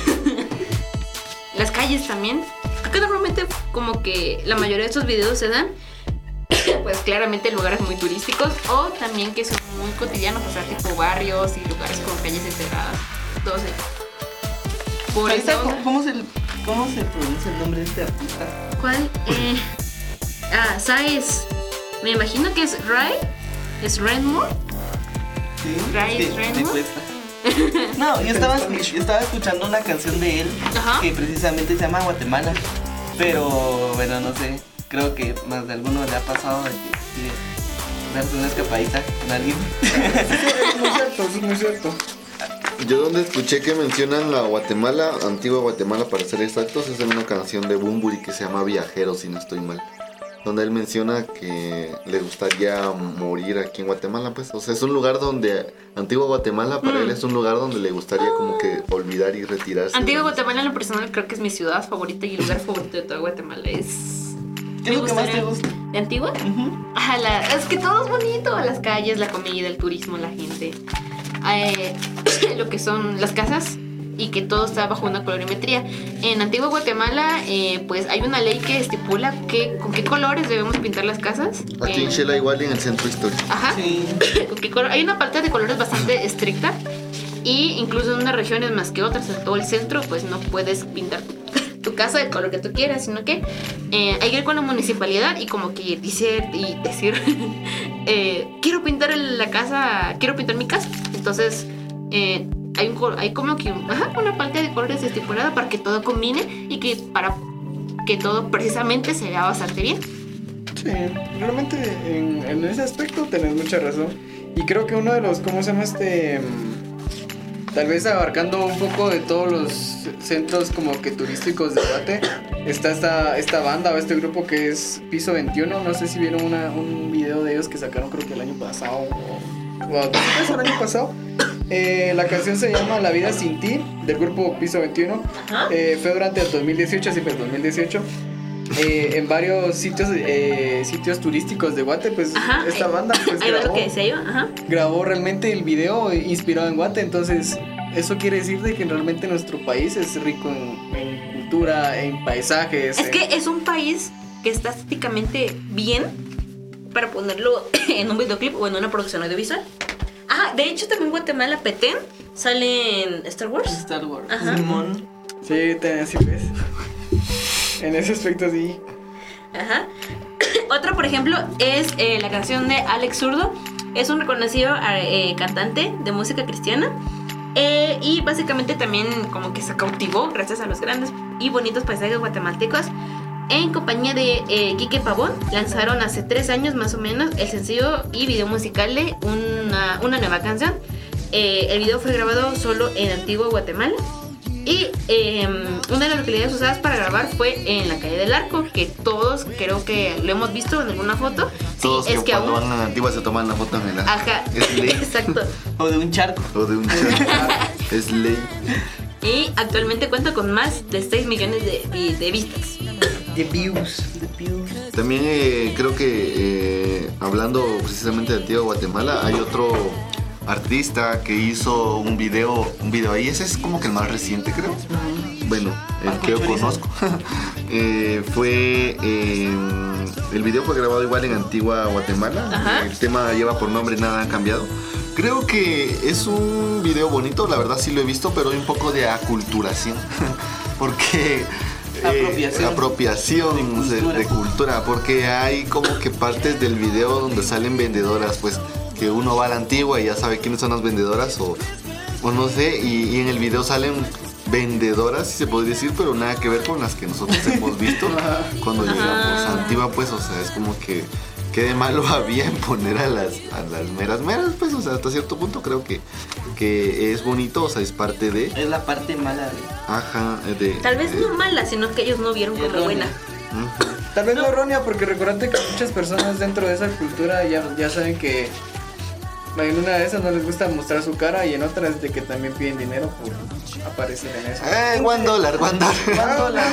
Speaker 5: Las calles también. Creo que normalmente como que la mayoría de estos videos se dan pues claramente en lugares muy turísticos o también que son muy cotidianos, o sea, tipo barrios y lugares con calles enterradas. Entonces, por
Speaker 3: Ahorita,
Speaker 5: eso...
Speaker 3: ¿cómo, cómo se, ¿Cómo se pronuncia el nombre de este artista?
Speaker 5: ¿Cuál? Eh, ah, ¿sabes? Me imagino que es Ray. ¿Es Redmore?
Speaker 3: Sí,
Speaker 5: Ray
Speaker 3: es que
Speaker 5: Renmo.
Speaker 3: me cuesta. No, yo estaba, yo estaba escuchando una canción de él
Speaker 5: Ajá.
Speaker 3: que precisamente se llama Guatemala. Pero, bueno, no sé. Creo que más de alguno le ha pasado de que quiere darse una escapadita con alguien.
Speaker 6: Es muy cierto, eso es muy cierto.
Speaker 1: Yo donde escuché que mencionan la Guatemala, antigua Guatemala para ser exactos, es en una canción de Bunbury que se llama Viajero, si no estoy mal. Donde él menciona que le gustaría morir aquí en Guatemala, pues. O sea, es un lugar donde, Antigua Guatemala para
Speaker 5: Mm.
Speaker 1: él es un lugar donde le gustaría como que olvidar y retirarse.
Speaker 5: Antigua
Speaker 1: de-
Speaker 5: Guatemala en lo personal creo que es mi ciudad favorita y el lugar favorito de toda Guatemala. Es...
Speaker 3: ¿Qué es lo que más te gusta?
Speaker 5: ¿De Antigua?
Speaker 3: Ujú.
Speaker 5: Ajá, la- es que todo es bonito, las calles, la comida, el turismo, la gente. Eh, lo que son las casas, y que todo está bajo una colorimetría. En Antigua Guatemala, eh, pues hay una ley que estipula que, con qué colores debemos pintar las casas.
Speaker 1: Aquí en
Speaker 5: Eh,
Speaker 1: Shela igual y en el centro histórico.
Speaker 5: Ajá.
Speaker 3: Sí.
Speaker 5: ¿Con qué color? Hay una paleta de colores bastante estricta y incluso en unas regiones más que otras, en todo el centro, pues no puedes pintar tu casa del color que tú quieras, sino que eh, hay que ir con la municipalidad y como que decir, y decir eh, quiero pintar la casa, quiero pintar mi casa. Entonces eh, hay, un, hay como que ajá, una paleta de colores estipulada para que todo combine y que para que todo precisamente se vea bastante bien.
Speaker 6: Sí, realmente en, en ese aspecto tenés mucha razón. Y creo que uno de los, ¿cómo se llama este? Tal vez abarcando un poco de todos los centros como que turísticos de Guate, está esta, esta banda o este grupo que es Piso veintiuno. No sé si vieron una, un video de ellos que sacaron creo que el año pasado o, o después el año pasado. Eh, la canción se llama La Vida Sin Ti, del grupo Piso veintiuno. Eh, fue durante el dos mil dieciocho, sí, fue el dos mil dieciocho. Eh, en varios sitios eh, sitios turísticos de Guate, pues
Speaker 5: Ajá,
Speaker 6: esta
Speaker 5: eh,
Speaker 6: banda pues,
Speaker 5: ahí va
Speaker 6: grabó,
Speaker 5: lo que decía yo, ajá.
Speaker 6: grabó realmente el video inspirado en Guate. Entonces eso quiere decir de que realmente nuestro país es rico en, en cultura, en paisajes.
Speaker 5: Es
Speaker 6: en-
Speaker 5: que es un país que está estéticamente bien para ponerlo en un videoclip o en una producción audiovisual. Ajá, de hecho también Guatemala, Petén, sale en Star Wars.
Speaker 3: Star Wars.
Speaker 5: Ajá.
Speaker 3: Simón.
Speaker 6: Sí, te- así ves. En ese aspecto sí.
Speaker 5: Ajá. Otra, por ejemplo, es eh, la canción de Alex Zurdo. Es un reconocido eh, cantante de música cristiana. Eh, y básicamente también como que se cautivó gracias a los grandes y bonitos paisajes guatemaltecos. En compañía de eh, Quique Pavón, lanzaron hace tres años más o menos el sencillo y video musical de una, una nueva canción. Eh, el video fue grabado solo en Antigua Guatemala. Y eh, una de las localidades usadas para grabar fue en la calle del Arco, que todos creo que lo hemos visto en alguna foto.
Speaker 1: Todos
Speaker 5: Sí,
Speaker 1: que,
Speaker 5: es que
Speaker 1: cuando
Speaker 5: aún...
Speaker 1: van a Antigua se toman la foto en el
Speaker 5: Ajá,
Speaker 1: Es ley.
Speaker 5: exacto.
Speaker 3: O de un charco.
Speaker 1: O de un chat. Es ley.
Speaker 5: Y actualmente cuenta con más de seis millones de, vi- de vistas.
Speaker 6: De views.
Speaker 1: También eh, creo que eh, hablando precisamente de Antigua Guatemala, hay otro artista que hizo un video, un video ahí, ese es como que el más reciente creo. Bueno, el que yo conozco. Eh, fue eh, el video fue grabado igual en Antigua Guatemala.
Speaker 5: Ajá.
Speaker 1: El tema lleva por nombre Nada ha cambiado. Creo que es un video bonito, la verdad sí lo he visto, pero hay un poco de aculturación. Porque eh,
Speaker 3: Apropiación.
Speaker 1: apropiación
Speaker 3: De
Speaker 1: de,
Speaker 3: cultura.
Speaker 1: de cultura, porque hay como que partes del video donde salen vendedoras, pues que uno va a la Antigua y ya sabe quiénes son las vendedoras o, o no sé, y, y en el video salen vendedoras, si se podría decir, pero nada que ver con las que nosotros hemos visto cuando
Speaker 5: Ajá.
Speaker 1: llegamos a Antigua, pues, o sea, es como que qué de malo había en poner a las, a las meras meras, pues, o sea, hasta cierto punto creo que, que es bonito, o sea, es parte de,
Speaker 3: Es la parte mala de.
Speaker 1: ajá, de...
Speaker 5: Tal vez
Speaker 1: de-
Speaker 5: no mala, sino que ellos no vieron como
Speaker 3: Errónea.
Speaker 5: buena.
Speaker 1: Ujú.
Speaker 6: Tal vez no errónea, porque recordate que muchas personas dentro de esa cultura ya, ya saben que en una de esas no les gusta mostrar su cara y en otras de que también piden dinero por aparecer en eso.
Speaker 1: Eh, one dólar, one dólar.
Speaker 3: ¿Cuánto la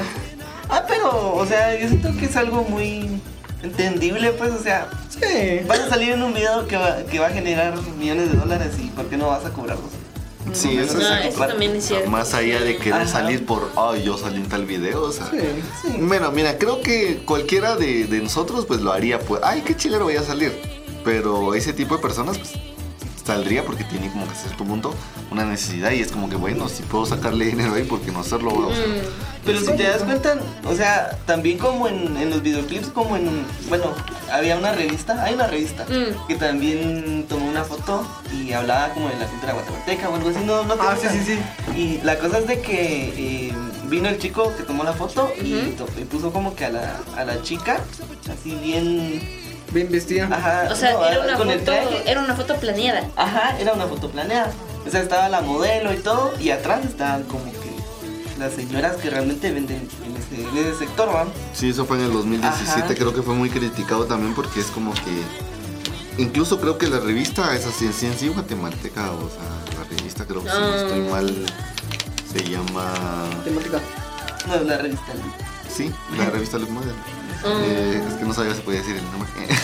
Speaker 3: Ah, pero, o sea, yo siento que es algo muy entendible, pues, o sea,
Speaker 6: Sí.
Speaker 3: vas a salir en un video que va, que va a generar millones de dólares y ¿por qué no vas a cobrarlos?
Speaker 1: Sí, eso
Speaker 5: No,
Speaker 1: es
Speaker 5: eso también es cierto.
Speaker 1: más allá de querer
Speaker 3: Ajá.
Speaker 1: salir por, ay, yo salí en tal video, o sea.
Speaker 6: Sí.
Speaker 3: Sí.
Speaker 1: Bueno, mira, creo que cualquiera de, de nosotros pues lo haría, pues, ay, qué chilero voy a salir. Pero ese tipo de personas pues saldría porque tiene como que a cierto punto una necesidad y es como que bueno, si puedo sacarle dinero ahí, ¿por qué no hacerlo? O sea,
Speaker 5: Mm.
Speaker 3: Pero si te das cuenta, o sea, también como en, en los videoclips, como en, bueno, había una revista, hay una revista
Speaker 5: Mm.
Speaker 3: que también tomó una foto y hablaba como de la cultura guatemalteca o algo así, no, no te
Speaker 6: Ah, sí,
Speaker 3: fijas?
Speaker 6: sí, sí.
Speaker 3: Y la cosa es de que eh, vino el chico que tomó la foto y,
Speaker 5: Ujú.
Speaker 3: to- y puso como que a la, a la chica, así bien,
Speaker 6: Bien vestida.
Speaker 3: ajá,
Speaker 5: O sea,
Speaker 3: no,
Speaker 5: era una
Speaker 3: con el
Speaker 5: foto,
Speaker 3: traje.
Speaker 5: era una foto planeada.
Speaker 3: Ajá, era una foto planeada. O sea, estaba la modelo y todo, y atrás estaban como que las señoras que realmente venden en ese, en ese sector, ¿va?
Speaker 1: sí, eso fue en el dos mil diecisiete,
Speaker 3: Ajá.
Speaker 1: creo que fue muy criticado también porque es como que... Incluso creo que la revista es así en sí, en sí guatemalteca, o sea, la revista creo que si no estoy
Speaker 5: Ah.
Speaker 1: mal, se llama...
Speaker 6: Temática.
Speaker 3: No es la revista.
Speaker 1: Sí, la revista Look Model. Eh, es que no sabía si podía decir el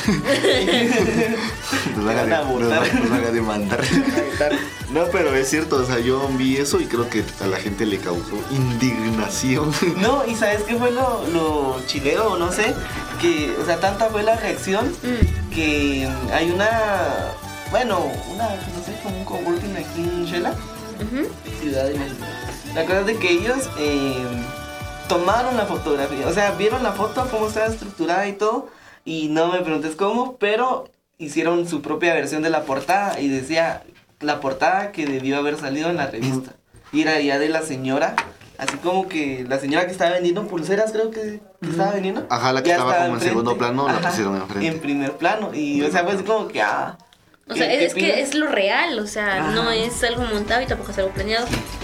Speaker 1: nombre. Nos van a, de, nos van, nos van a demandar. No, pero es cierto, o sea, yo vi eso y creo que a la gente le causó indignación.
Speaker 3: No, y ¿sabes qué fue lo, lo chilero? No sé, que, o sea, tanta fue la reacción
Speaker 5: Mm.
Speaker 3: que hay una, bueno, una, no sé, como un coworking aquí en Shela,
Speaker 5: Ujú.
Speaker 3: Ciudad de México. La cosa es de que ellos eh, tomaron la fotografía, o sea, vieron la foto, cómo estaba estructurada y todo, y no me preguntes cómo, pero hicieron su propia versión de la portada y decía la portada que debió haber salido en la revista. Y era ya de la señora, así como que la señora que estaba vendiendo pulseras, creo que, que estaba vendiendo.
Speaker 1: Ajá, la que
Speaker 3: ya
Speaker 1: estaba como en
Speaker 3: enfrente.
Speaker 1: segundo plano, la
Speaker 3: Ajá,
Speaker 1: pusieron enfrente.
Speaker 3: en primer plano, y o sea, fue así como que, ah...
Speaker 5: O
Speaker 3: ¿qué-
Speaker 5: sea,
Speaker 3: qué
Speaker 5: es que
Speaker 3: opinas?
Speaker 5: es lo real, o sea,
Speaker 3: Ajá.
Speaker 5: no es algo montado y tampoco es algo planeado.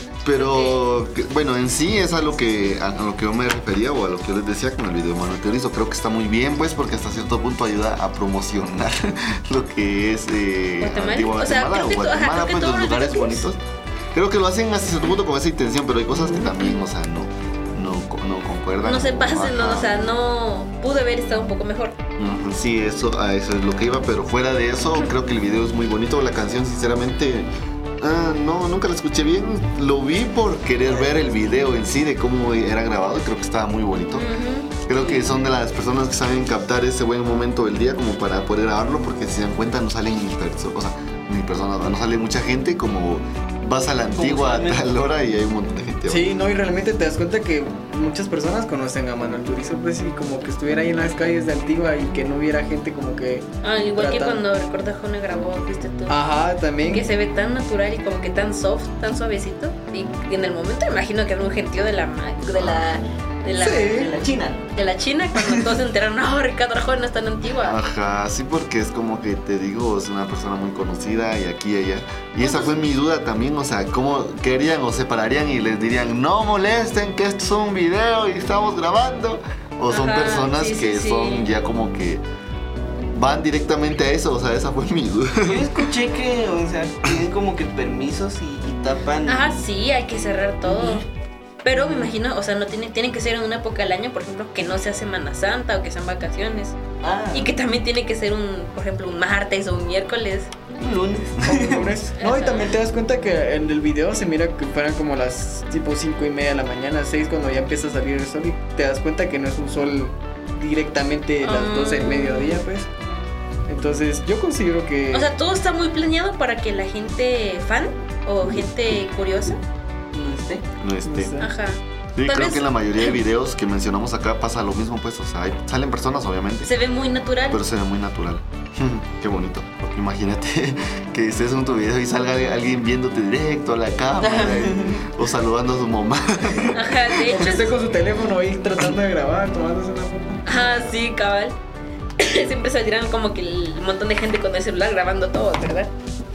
Speaker 1: Pero, que- bueno, en sí es a lo que a, a lo que yo me refería o a lo que yo les decía con el video Manuel Teorizo. Creo que está muy bien, pues, porque hasta cierto punto ayuda a promocionar lo que es eh,
Speaker 5: Guatemala.
Speaker 1: Antigua
Speaker 5: O sea,
Speaker 1: Guatemala
Speaker 5: creo que
Speaker 1: o
Speaker 5: to- ajá,
Speaker 1: Guatemala,
Speaker 5: creo que
Speaker 1: pues,
Speaker 5: todos
Speaker 1: los
Speaker 5: los
Speaker 1: lugares
Speaker 5: videoclips-
Speaker 1: bonitos. Creo que lo hacen hasta cierto punto con esa intención, pero hay cosas que también, o sea, no, no, co- no concuerdan.
Speaker 5: No se
Speaker 1: o-
Speaker 5: pasen, no,
Speaker 1: ajá.
Speaker 5: o sea, no pudo haber estado un poco mejor.
Speaker 1: Ujú, sí, eso, a eso es lo que iba, pero fuera de eso, creo que el video es muy bonito. La canción, sinceramente, ah, no, nunca la escuché bien. Lo vi por querer ver el video en sí de cómo era grabado y creo que estaba muy bonito.
Speaker 5: Ujú.
Speaker 1: Creo que son de las personas que saben captar ese buen momento del día como para poder grabarlo, porque si se dan cuenta no salen ni personas, o sea, ni personas, no sale mucha gente, como vas a la antigua a
Speaker 3: usualmente.
Speaker 1: tal hora y hay un montón de gente.
Speaker 6: Sí, no, y realmente te das cuenta que muchas personas conocen a Manuel Turizo, pues, y como que estuviera ahí en las calles de Antigua y que no hubiera gente como que...
Speaker 5: Ah, igual que
Speaker 6: Tratan-
Speaker 5: cuando Recuerda Jone grabó, fuiste tú.
Speaker 6: Ajá, también.
Speaker 5: Que se ve tan natural y como que tan soft, tan suavecito. Y en el momento me imagino que era un gentío de la ma- de la de la,
Speaker 6: Sí.
Speaker 3: De la China.
Speaker 5: de la China cuando todos se enteraron, no, Ricardo Arjona no es tan antigua.
Speaker 1: Ajá, sí, porque es como que te digo, es una persona muy conocida y aquí y allá. Y esa fue mi duda también, o sea, cómo querían o se pararían y les dirían, no molesten, que esto es un video y estamos grabando. O son
Speaker 5: Ajá,
Speaker 1: personas
Speaker 5: sí, sí,
Speaker 1: que
Speaker 5: sí.
Speaker 1: son ya como que van directamente a eso, o sea, esa fue mi duda.
Speaker 3: Yo escuché que, o sea, tienen como que permisos y, y tapan.
Speaker 5: Ajá, sí, hay que cerrar todo. Pero me imagino, o sea, no tiene, tienen que ser en una época del año, por ejemplo, que no sea Semana Santa o que sean vacaciones.
Speaker 3: Ah,
Speaker 5: Y que también tiene que ser un, por ejemplo, un martes o un miércoles.
Speaker 3: un lunes.
Speaker 6: Como lunes. No, y también te das cuenta que en el video se mira que fueran como las tipo cinco y media de la mañana, seis cuando ya empieza a salir el sol y te das cuenta que no es un sol directamente las
Speaker 5: Ah.
Speaker 6: doce del mediodía, pues. Entonces yo considero que...
Speaker 5: O sea, todo está muy planeado para que la gente fan o gente curiosa,
Speaker 3: No esté.
Speaker 1: No esté.
Speaker 6: Sí.
Speaker 5: ajá,
Speaker 1: Sí,
Speaker 5: Tal
Speaker 1: creo
Speaker 5: vez-
Speaker 1: que en la mayoría de videos que mencionamos acá pasa lo mismo, pues, o sea, hay- salen personas obviamente,
Speaker 5: se ve muy natural.
Speaker 1: pero se ve muy natural. Qué bonito. Porque imagínate que estés en tu video y salga alguien viéndote directo a la cámara y- o saludando a su mamá.
Speaker 5: Ajá, de
Speaker 6: O que
Speaker 5: hecho,
Speaker 6: esté con su teléfono ahí tratando de grabar, tomándose una foto.
Speaker 5: ajá, sí, cabal. Siempre saldrán como que el montón de gente con el celular grabando todo, ¿verdad?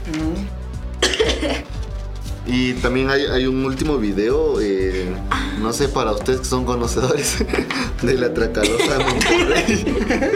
Speaker 1: Y también hay, hay un último video, eh, no sé, para ustedes que son conocedores de la Tracalosa de Monterrey.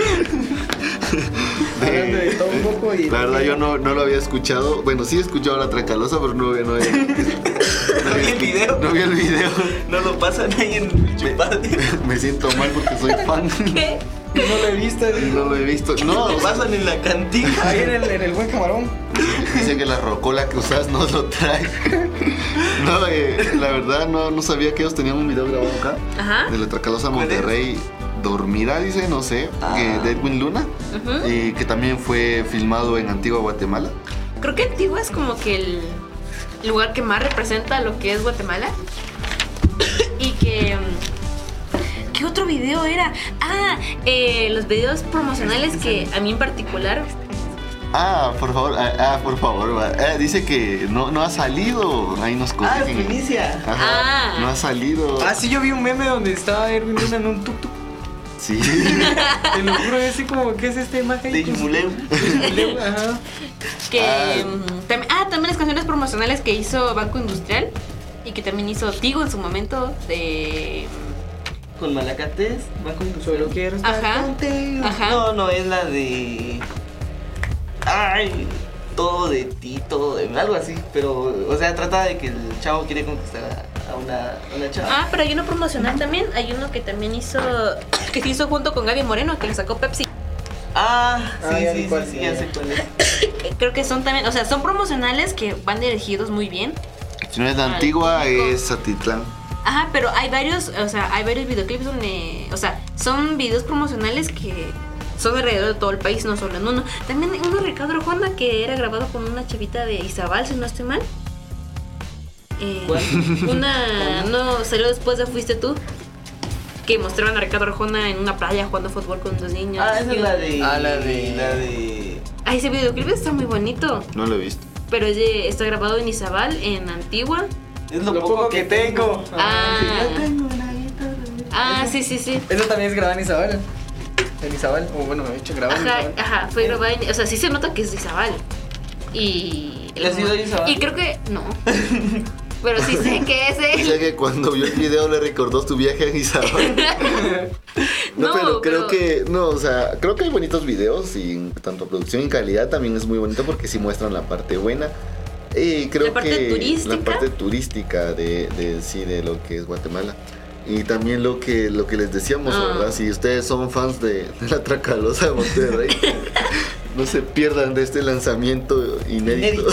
Speaker 6: Hablando de todo un poco y...
Speaker 1: La verdad yo no, no lo había escuchado. Bueno, sí he escuchado la Tracalosa, pero no, no, había-
Speaker 3: No vi el video.
Speaker 1: no vi el video.
Speaker 3: No lo pasan ahí en Chupate.
Speaker 1: Me siento mal porque soy fan.
Speaker 5: ¿Qué?
Speaker 6: No lo he visto.
Speaker 1: No lo he visto. No,
Speaker 3: Lo pasan en la cantina.
Speaker 6: Ahí en el, en el buen camarón.
Speaker 1: dice que la rocola que usas no lo trae. No, eh, la verdad no, no sabía que ellos tenían un video grabado acá.
Speaker 5: Ajá.
Speaker 1: De la Tracalosa Monterrey. Dormirá, dice, no sé,
Speaker 3: Ah.
Speaker 1: que de Edwin Luna.
Speaker 5: Ujú.
Speaker 1: Y que también fue filmado en Antigua Guatemala.
Speaker 5: Creo que Antigua es como que el lugar que más representa lo que es Guatemala. Y que... ¿Qué otro video era? Ah, eh, los videos promocionales que a mí en particular...
Speaker 1: Ah, por favor, ah, ah, por favor. va. Ah, dice que no, no ha salido. Ahí nos
Speaker 3: Ah,
Speaker 1: corrigen.
Speaker 3: Felicia.
Speaker 1: Ajá,
Speaker 5: Ah.
Speaker 1: no ha salido.
Speaker 6: Ah, sí, yo vi un meme donde estaba Erwin Luna en un tuk-tuk.
Speaker 1: Sí.
Speaker 6: Te lo juro, así como, ¿qué es esta imagen?
Speaker 3: De Yumuleu.
Speaker 6: Yumuleu, ajá.
Speaker 5: Que,
Speaker 1: Ah.
Speaker 5: mm, también, ah, también las canciones promocionales que hizo Banco Industrial. Y que también hizo Tigo en su momento. De...
Speaker 3: Con Malacates. Va con tu
Speaker 6: Solo quiero estar
Speaker 5: Ajá.
Speaker 6: contigo.
Speaker 5: Ajá.
Speaker 3: No, no, es la de. Ay, todo de ti, todo de mí, algo así. Pero, o sea, trata de que el chavo quiere conquistar a una, a una chava.
Speaker 5: Ah, pero hay uno promocional también. Hay uno que también hizo. Que se hizo junto con Gaby Moreno, que le sacó Pepsi.
Speaker 3: Ah, sí,
Speaker 6: Ah, ya
Speaker 3: sí,
Speaker 6: vi cuál,
Speaker 3: sí, sí,
Speaker 6: ya,
Speaker 3: ya
Speaker 6: ya.
Speaker 3: sé cuál es.
Speaker 5: Creo que son también. O sea, son promocionales que van dirigidos muy bien.
Speaker 1: Si no es la
Speaker 5: Al
Speaker 1: antigua,
Speaker 5: público.
Speaker 1: es Atitlán.
Speaker 5: Ajá, pero hay varios. O sea, hay varios videoclips donde. O sea, son videos promocionales que. Son alrededor de todo el país, no solo en uno. También uno de Ricardo Arjona que era grabado con una chavita de Izabal, si no estoy mal. Eh,
Speaker 3: ¿Cuál?
Speaker 5: Una. No, salió después de Fuiste Tú. Que mostraban a Ricardo Arjona en una playa jugando fútbol con dos niños.
Speaker 3: Ah, esa es la de.
Speaker 6: Ah, la de-
Speaker 3: La de.
Speaker 5: Ay, ese videoclip está muy bonito.
Speaker 1: No lo he visto.
Speaker 5: Pero oye, está grabado en Izabal, en Antigua.
Speaker 3: Es lo, poco, que tengo.
Speaker 5: Ah.
Speaker 3: sí, yo tengo una guitarra.
Speaker 5: Ah, sí, sí, sí.
Speaker 6: Eso también es grabado en Izabal. En Izabal, o bueno, me he dicho grabado en
Speaker 5: Ajá,
Speaker 6: Izabal.
Speaker 5: ajá, fue grabado en. O sea, sí se nota que es de Izabal. Y.
Speaker 3: ¿La ciudad de Izabal?
Speaker 5: Y creo que. No. Pero sí sé que es
Speaker 1: O sea
Speaker 5: él.
Speaker 1: que cuando vio el video le recordó tu viaje a Izabal. No,
Speaker 5: No,
Speaker 1: pero creo
Speaker 5: pero-
Speaker 1: que, no, o sea, creo que hay bonitos videos y en tanto producción y calidad también es muy bonito porque sí muestran la parte buena. Y creo
Speaker 5: La parte
Speaker 1: que
Speaker 5: turística.
Speaker 1: la parte turística de, de sí de lo que es Guatemala. Y también lo que lo que les decíamos,
Speaker 5: Ah.
Speaker 1: ¿verdad? Si ustedes son fans de, de la Tracalosa de Monterrey, no se pierdan de este lanzamiento inédito.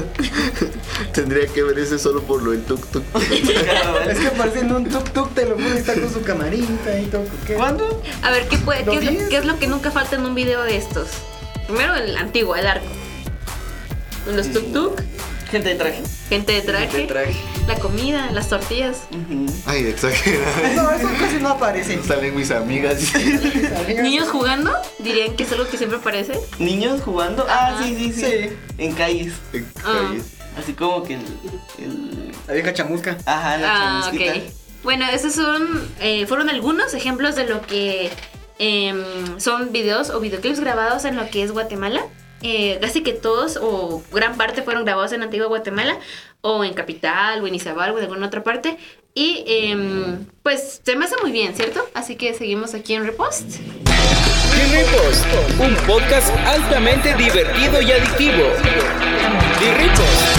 Speaker 1: Tendría que ver ese solo por lo del tuk tuk.
Speaker 6: Es que pareciendo un tuk tuk, te lo juro, y está con su camarita y todo. ¿Qué?
Speaker 3: ¿Cuándo?
Speaker 5: A ver, ¿qué, puede,
Speaker 6: ¿Lo
Speaker 5: qué, es
Speaker 6: tienes?
Speaker 5: lo, qué es lo que nunca falta en un video de estos? Primero, el antiguo, el arco. Los tuk-tuk,
Speaker 3: Gente de traje.
Speaker 5: gente de traje,
Speaker 6: Te traje.
Speaker 5: la comida, las tortillas.
Speaker 3: Ujú.
Speaker 1: Ay, exagerado.
Speaker 6: No, eso casi no aparece.
Speaker 1: Salen mis amigas.
Speaker 5: Niños jugando, dirían que es algo que siempre aparece.
Speaker 3: Niños jugando. Ah,
Speaker 5: Ajá.
Speaker 3: sí, sí, sí,
Speaker 6: Sí.
Speaker 3: En calles.
Speaker 5: Ah.
Speaker 3: Así como que el. el...
Speaker 6: La vieja chamusca.
Speaker 3: Ajá, la
Speaker 5: Ah,
Speaker 3: chamusquita.
Speaker 5: ok. Bueno, esos son, eh, fueron algunos ejemplos de lo que em, son videos o videoclips grabados en lo que es Guatemala. Eh, casi que todos o gran parte fueron grabados en Antigua Guatemala o en Capital o en Izabal o en alguna otra parte. Y em, pues se me hace muy bien, ¿cierto? Así que seguimos aquí en Repost.
Speaker 2: D-Repost, un podcast altamente divertido y adictivo. D-Repost.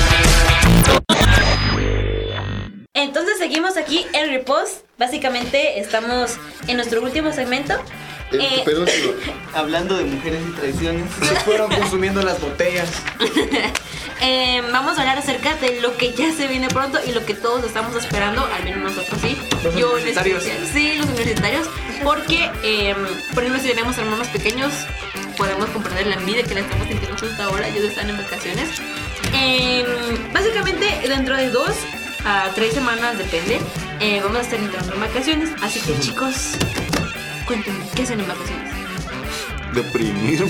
Speaker 5: Entonces seguimos aquí en Repost. Básicamente estamos en nuestro último segmento.
Speaker 1: Eh,
Speaker 5: Eh,
Speaker 1: pero
Speaker 3: Hablando de mujeres y traiciones.
Speaker 6: Se fueron consumiendo las botellas.
Speaker 5: Eh, vamos a hablar acerca de lo que ya se viene pronto y lo que todos estamos esperando, al menos nosotros sí.
Speaker 6: Los
Speaker 5: Yo en
Speaker 6: universitarios.
Speaker 5: especial, sí, los universitarios. Porque, eh, por ejemplo, si tenemos hermanos pequeños, podemos comprender la envidia que le estamos sintiendo justo ahora. Ellos están en vacaciones. Eh, básicamente, dentro de dos a tres semanas, depende, eh, vamos a estar entrando en vacaciones. Así que, chicos, cuéntenme, ¿qué hacen en vacaciones?
Speaker 1: deprimirme.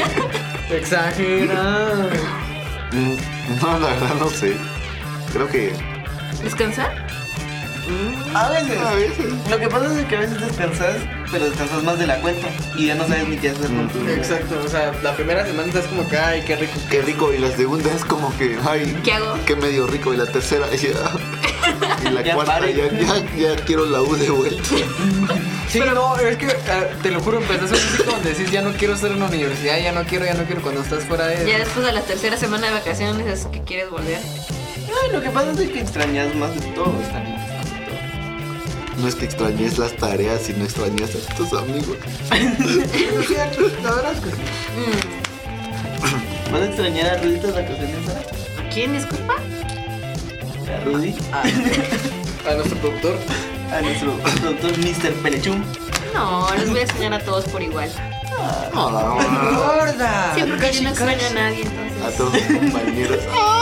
Speaker 6: Exagerado.
Speaker 1: Mm, No, la verdad no sé. Creo que
Speaker 5: ¿Descansar?
Speaker 3: A veces.
Speaker 1: a veces.
Speaker 3: Lo que pasa es que a veces descansas, pero descansas más de la cuenta. Y ya no sabes ni qué hacer con tu vida.
Speaker 6: Exacto, o sea, la primera semana estás como que, ay, qué rico.
Speaker 1: Qué rico. Y la segunda es como que, ay,
Speaker 5: ¿Qué hago?
Speaker 1: qué medio rico. Y la tercera, ya. Y la
Speaker 3: Ya
Speaker 1: cuarta,
Speaker 3: pare.
Speaker 1: ya, ya, ya quiero la U de vuelta.
Speaker 6: Sí, no, es que ah, te lo juro, empezás así como decís, ya no quiero estar en la universidad, ya no quiero, ya no quiero cuando estás fuera de...
Speaker 5: Ya después de la tercera semana de vacaciones es que quieres volver.
Speaker 3: Ay, lo que pasa es que extrañas más de todo. Están molestando todo.
Speaker 1: No es que extrañes las tareas, sino extrañas a tus amigos.
Speaker 6: Es cierto, la verdad es que sí.
Speaker 5: Mm.
Speaker 3: ¿Vas a extrañar a Rudita vacaciones?
Speaker 5: ¿A quién, disculpa?
Speaker 3: A Rudy.
Speaker 6: A nuestro productor.
Speaker 3: A nuestro doctor mister Pelechum.
Speaker 5: No, les voy a enseñar a todos por igual.
Speaker 6: ¡Gorda!
Speaker 5: Sí, porque yo no extraño a nadie, entonces.
Speaker 1: A todos tus compañeros.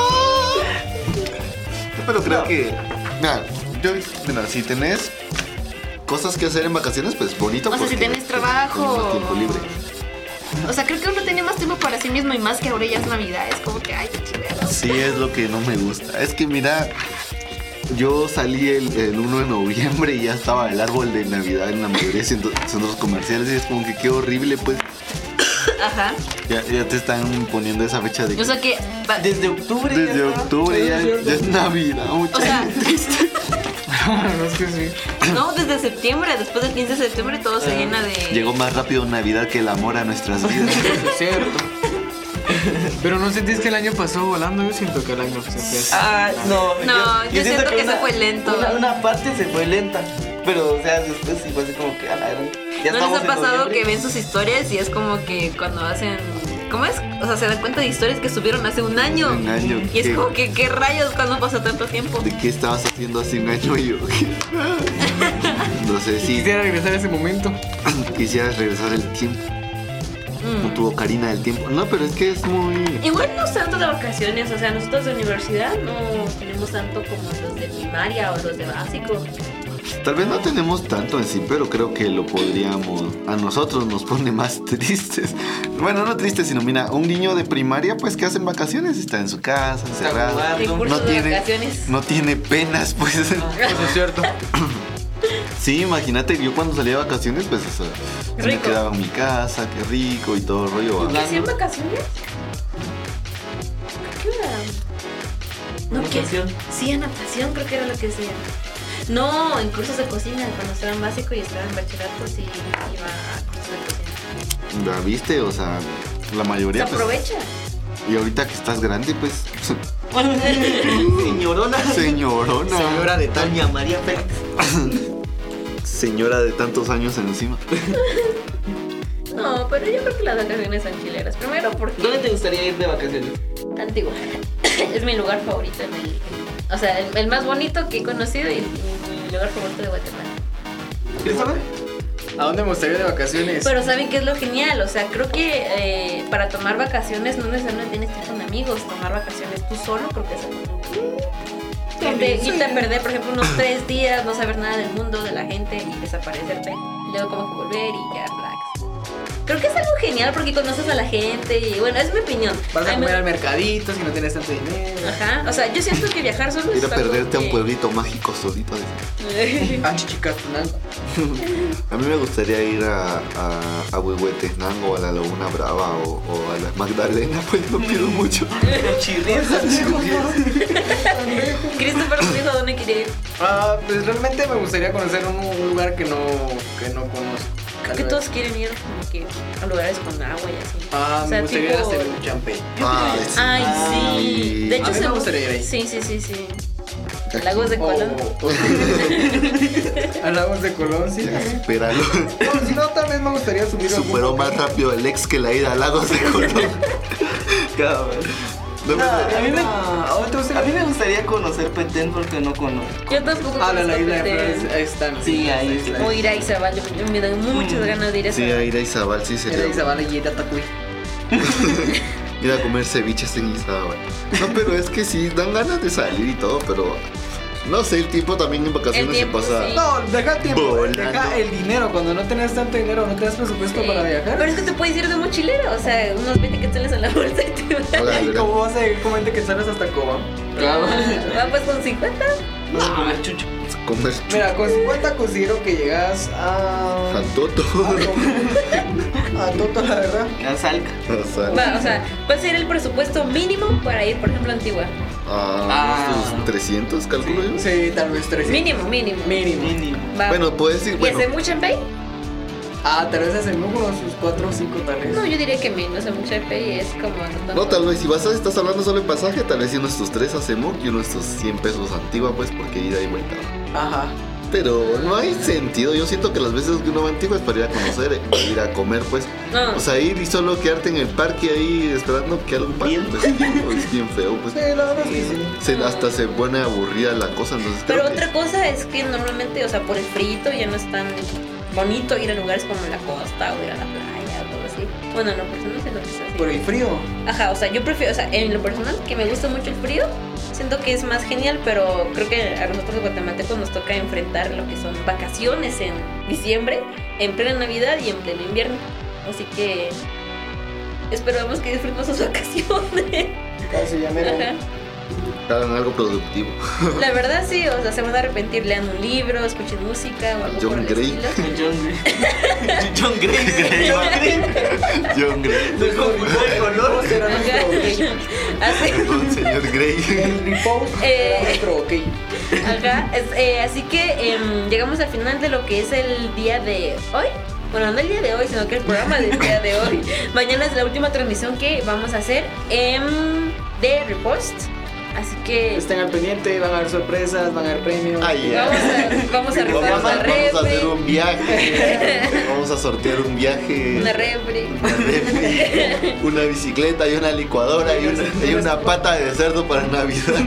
Speaker 1: Pero creo que, mira, yo, mira, si tenés cosas que hacer en vacaciones, pues bonito.
Speaker 5: O sea,
Speaker 1: porque
Speaker 5: si tenés trabajo.
Speaker 1: tenés más tiempo libre.
Speaker 5: O sea, creo que uno tiene más tiempo para sí mismo y más que ahora ya es Navidad. Es como que, ay, qué chingada.
Speaker 1: Sí, es lo que no me gusta. Es que mira, yo salí el, el uno de noviembre y ya estaba el árbol de Navidad en la mayoría de centros, centros comerciales y es como que qué horrible, pues.
Speaker 5: Ajá.
Speaker 1: Ya, ya te están poniendo esa fecha de...
Speaker 5: O sea que. va-
Speaker 3: Desde octubre. ya
Speaker 1: Desde
Speaker 3: está.
Speaker 1: octubre
Speaker 6: Sí,
Speaker 1: ya,
Speaker 6: es cierto.
Speaker 1: ya es Navidad, mucha
Speaker 5: O sea,
Speaker 1: gente.
Speaker 6: No, es que sí.
Speaker 5: no, desde septiembre, después del quince de septiembre, todo se llena de.
Speaker 1: Llegó más rápido Navidad que el amor a nuestras vidas.
Speaker 6: Eso es cierto. Pero no sentís que el año pasó volando, yo siento que el año se fue así.
Speaker 3: Ah, no.
Speaker 8: No, yo siento que se
Speaker 3: una-
Speaker 8: fue lento.
Speaker 3: Una, una parte se fue lenta. Pero, o sea, después sí fue así como que a la gran. Ya
Speaker 8: ¿No
Speaker 3: estamos
Speaker 8: les ha
Speaker 3: en
Speaker 8: pasado
Speaker 3: noviembre.
Speaker 8: que ven sus historias y es como que cuando hacen... ¿Cómo es? O sea, se dan cuenta de historias que subieron hace un año.
Speaker 1: Un año,
Speaker 8: Y es
Speaker 1: ¿qué?
Speaker 8: como que, ¿qué rayos cuando pasó tanto tiempo?
Speaker 1: ¿De qué estabas haciendo hace un año y yo? No sé si
Speaker 6: Quisiera regresar a ese momento.
Speaker 1: quisieras regresar el tiempo.
Speaker 8: Mm.
Speaker 1: O tu ocarina del tiempo. No, pero es que es muy...
Speaker 5: Igual no es tanto de vacaciones, o sea, nosotros de universidad no tenemos tanto como los de primaria o los de básico.
Speaker 1: Tal vez no tenemos tanto en sí, pero creo que lo podríamos... A nosotros nos pone más tristes. Bueno, no tristes, sino mira, un niño de primaria, pues que hace en vacaciones, está en su casa, encerrado.
Speaker 3: jugando.
Speaker 5: Recursos
Speaker 1: No
Speaker 5: de
Speaker 1: tiene,
Speaker 5: vacaciones.
Speaker 1: no tiene penas, pues.
Speaker 6: Eso es cierto.
Speaker 1: Sí, imagínate, yo cuando salía de vacaciones, pues eso, me
Speaker 5: Rico.
Speaker 1: quedaba en mi casa, qué rico y todo el rollo. ¿va?
Speaker 5: ¿Qué hacían vacaciones? ¿Qué era? No, ¿qué?
Speaker 3: Natación.
Speaker 5: Sí, en natación creo que era lo que hacía. No, en cursos de cocina, cuando estaba en básico y estaba en bachillerato, sí iba a cursos de cocina.
Speaker 1: ¿La viste? O sea, la
Speaker 5: Se
Speaker 1: mayoría, pues...
Speaker 5: aprovecha.
Speaker 1: Y ahorita que estás grande, pues...
Speaker 3: Señorona.
Speaker 1: Señorona.
Speaker 6: Señora de tal.
Speaker 3: Doña María Pérez.
Speaker 1: Señora de tantos años encima.
Speaker 5: No, pero yo creo que las vacaciones son chileras. Primero porque
Speaker 3: ¿Dónde te gustaría ir de vacaciones?
Speaker 5: Antigua es mi lugar favorito en el, o sea, el, el más bonito que he conocido y mi lugar favorito de Guatemala.
Speaker 3: ¿Quieres saber?
Speaker 6: ¿A dónde me gustaría ir de vacaciones?
Speaker 5: Pero ¿saben qué es lo genial? O sea, creo que eh, para tomar vacaciones no necesariamente tienes que ir con amigos. Tomar vacaciones tú solo creo que es algo que te quita a perder, por ejemplo, unos tres días, no saber nada del mundo, de la gente y desaparecerte. Y luego como que volver y ya, relax. Creo que es algo genial porque conoces a la gente y bueno, es mi opinión.
Speaker 6: Vas a
Speaker 5: mí me-
Speaker 6: comer al mercadito si no tienes tanto dinero.
Speaker 5: Ajá, o sea, yo siento que viajar solo es
Speaker 1: Ir a
Speaker 5: algo
Speaker 1: perderte a un
Speaker 5: que-
Speaker 1: pueblito mágico solito.
Speaker 6: Ah, Chichicastenango.
Speaker 1: A mí me gustaría ir a, a, a Huehuetenango o a la Laguna Brava o, o a la Magdalena, pues no pido mucho.
Speaker 3: Chirriza.
Speaker 5: Christopher nos dijo a dónde quería ir.
Speaker 6: Ah, pues realmente me gustaría conocer un, un lugar que no, que no conozco.
Speaker 5: Creo que todos quieren ir como que a lugares con agua y así.
Speaker 6: Ah,
Speaker 5: O sea,
Speaker 6: me gustaría ir a
Speaker 5: tipo-
Speaker 6: hacer un champé.
Speaker 1: Ay, sí.
Speaker 5: Ay, sí. De
Speaker 6: A
Speaker 5: hecho,
Speaker 6: mí me gustaría ir ahí.
Speaker 5: Sí, sí, sí, sí.
Speaker 1: Aquí.
Speaker 5: Lagos de Colón.
Speaker 6: O- a Lagos de Colón, sí.
Speaker 1: Ya, supéralo.
Speaker 6: No, si no, tal vez me gustaría subir a algún
Speaker 1: Superó
Speaker 6: volcán.
Speaker 1: más rápido el ex que la ida a Lagos de Colón. Cabrón. No me-
Speaker 3: A mí me-
Speaker 6: Ah, ¿a dónde te
Speaker 3: A
Speaker 6: gustaría?
Speaker 3: mí me gustaría conocer Petén porque no conozco.
Speaker 5: Yo tampoco
Speaker 6: Ah, la, la
Speaker 5: conozco
Speaker 6: isla de
Speaker 5: Petén.
Speaker 6: Flores, ahí están.
Speaker 3: Sí, ahí está.
Speaker 5: O ir a Izabal. Yo- Me dan muchas
Speaker 3: Mm.
Speaker 5: ganas de ir a
Speaker 1: Sí,
Speaker 5: Izabal.
Speaker 1: a ir a Izabal, sí sería.
Speaker 6: Era Izabal y era Tacuy.
Speaker 1: Ir a comer ceviches en Izabal. No, pero es que sí, dan ganas de salir y todo, pero... No sé, el tiempo también en vacaciones
Speaker 5: El tiempo,
Speaker 1: se pasa...
Speaker 5: sí.
Speaker 6: No, deja el tiempo,
Speaker 1: Volando.
Speaker 6: deja el dinero. Cuando no tenés tanto dinero, no tenés presupuesto
Speaker 5: Sí.
Speaker 6: para viajar.
Speaker 5: Pero es que te puedes ir de mochilero, o sea, unos veinte quetzales en la bolsa y te vas.
Speaker 1: A la
Speaker 6: Ay,
Speaker 1: verga.
Speaker 6: ¿cómo vas a ir con gente que sales hasta Cobán?
Speaker 5: Va pues con cincuenta.
Speaker 3: Vamos a comer chucho.
Speaker 1: Comer
Speaker 6: Mira, con cincuenta considero que llegas a...
Speaker 1: jantoto.
Speaker 6: A Toto, la verdad.
Speaker 3: A Salca.
Speaker 5: Va, o sea, va a ser el presupuesto mínimo para ir, por ejemplo, a Antigua.
Speaker 1: Ah,
Speaker 3: Ah.
Speaker 1: unos trescientos, calculo yo.
Speaker 6: Sí, tal vez trescientos.
Speaker 5: Mínimo, mínimo.
Speaker 6: Mínimo.
Speaker 3: Mínimo.
Speaker 5: Va.
Speaker 1: Bueno, puedes ir,
Speaker 5: ¿Y
Speaker 1: bueno,
Speaker 5: hace mucho en Pay?
Speaker 6: Ah, tal vez hacemos unos sus cuatro o cinco tal vez.
Speaker 5: No, yo diría que menos, en mucho en Pay es como...
Speaker 1: no, tal vez si vas a, estás hablando solo en pasaje, tal vez si uno de estos tres hace M O C y uno de estos cien pesos Antigua, pues porque ida y vuelta.
Speaker 6: Ajá.
Speaker 1: Pero no hay sentido, yo siento que las veces que uno va a Antigua es para ir a conocer, eh, para ir a comer, pues.
Speaker 5: No.
Speaker 1: O sea, ir y solo quedarte en el parque ahí esperando que algo pase,
Speaker 3: Bien.
Speaker 1: pues, es bien feo, pues.
Speaker 6: Sí, la verdad es que sí.
Speaker 1: Se- hasta se pone aburrida la cosa, entonces
Speaker 5: Pero
Speaker 1: creo que-
Speaker 5: otra cosa es que normalmente, o sea, por el frío ya no es tan bonito ir a lugares como la costa o ir a la playa o todo así. Bueno, en lo personal siento que es así.
Speaker 6: Por el frío.
Speaker 5: Ajá, o sea, yo prefiero, o sea, en lo personal, que me gusta mucho el frío, siento que es más genial, pero creo que a nosotros los guatemaltecos nos toca enfrentar lo que son vacaciones en diciembre, en plena Navidad y en pleno invierno. Así que esperamos que disfruten sus vacaciones.
Speaker 6: Casi ya mero.
Speaker 5: Ajá.
Speaker 1: hagan algo productivo.
Speaker 5: La verdad sí, o sea, se van a arrepentir, lean un libro, escuchen música o algo
Speaker 1: John
Speaker 5: por el
Speaker 1: Gray.
Speaker 5: estilo.
Speaker 3: John Gray. John Gray.
Speaker 1: John Gray.
Speaker 3: De color.
Speaker 6: Será nuestro ok.
Speaker 5: Así,
Speaker 1: Perdón, señor Gray.
Speaker 6: El repose
Speaker 5: Eh.
Speaker 6: será nuestro ok.
Speaker 5: ajá, es- eh, así que em, llegamos al final de lo que es el día de hoy. Bueno, no el día de hoy, sino que el programa del día de hoy. Mañana es la última transmisión que vamos a hacer en de Repost. Así que
Speaker 6: Estén al pendiente, van a haber sorpresas, van a haber premios.
Speaker 1: Ay, ya.
Speaker 5: vamos a, vamos a rifar
Speaker 1: Vamos,
Speaker 5: una
Speaker 1: a, vamos a hacer
Speaker 5: refri.
Speaker 1: un viaje. Vamos a sortear un viaje.
Speaker 5: Una refri.
Speaker 1: Una refri, una bicicleta y una licuadora y una, y una pata de cerdo para Navidad.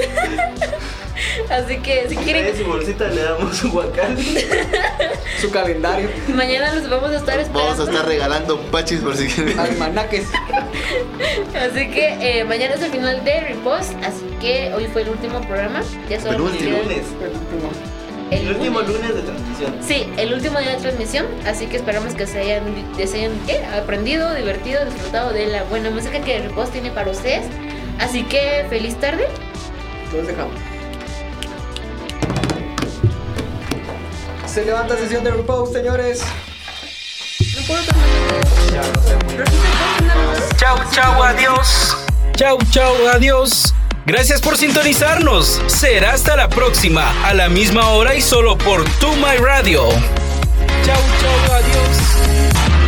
Speaker 5: Así que si quieren,
Speaker 3: En su bolsita le damos un guacal.
Speaker 6: Su calendario,
Speaker 5: mañana los vamos a estar esperando.
Speaker 1: Vamos a estar regalando pachis por si quieren.
Speaker 6: almanaques.
Speaker 5: Así que eh, mañana es el final de Repost. Así que hoy fue el último programa. Ya solo nos
Speaker 1: Penúltimo.
Speaker 5: queda-
Speaker 3: Lunes.
Speaker 5: El,
Speaker 3: El último
Speaker 5: lunes.
Speaker 3: lunes de transmisión.
Speaker 5: Sí, el último día de transmisión, así que esperamos que se hayan, que se hayan ¿qué? aprendido, divertido, disfrutado de la buena música que Repost tiene para ustedes. Así que feliz tarde.
Speaker 6: Los dejamos. Se levanta sesión de Repost, señores.
Speaker 5: No puedo tomar.
Speaker 2: Chau, chau, adiós. Chau, chau, adiós. Gracias por sintonizarnos. Será hasta la próxima, a la misma hora y solo por To My Radio. Chau, chau, adiós.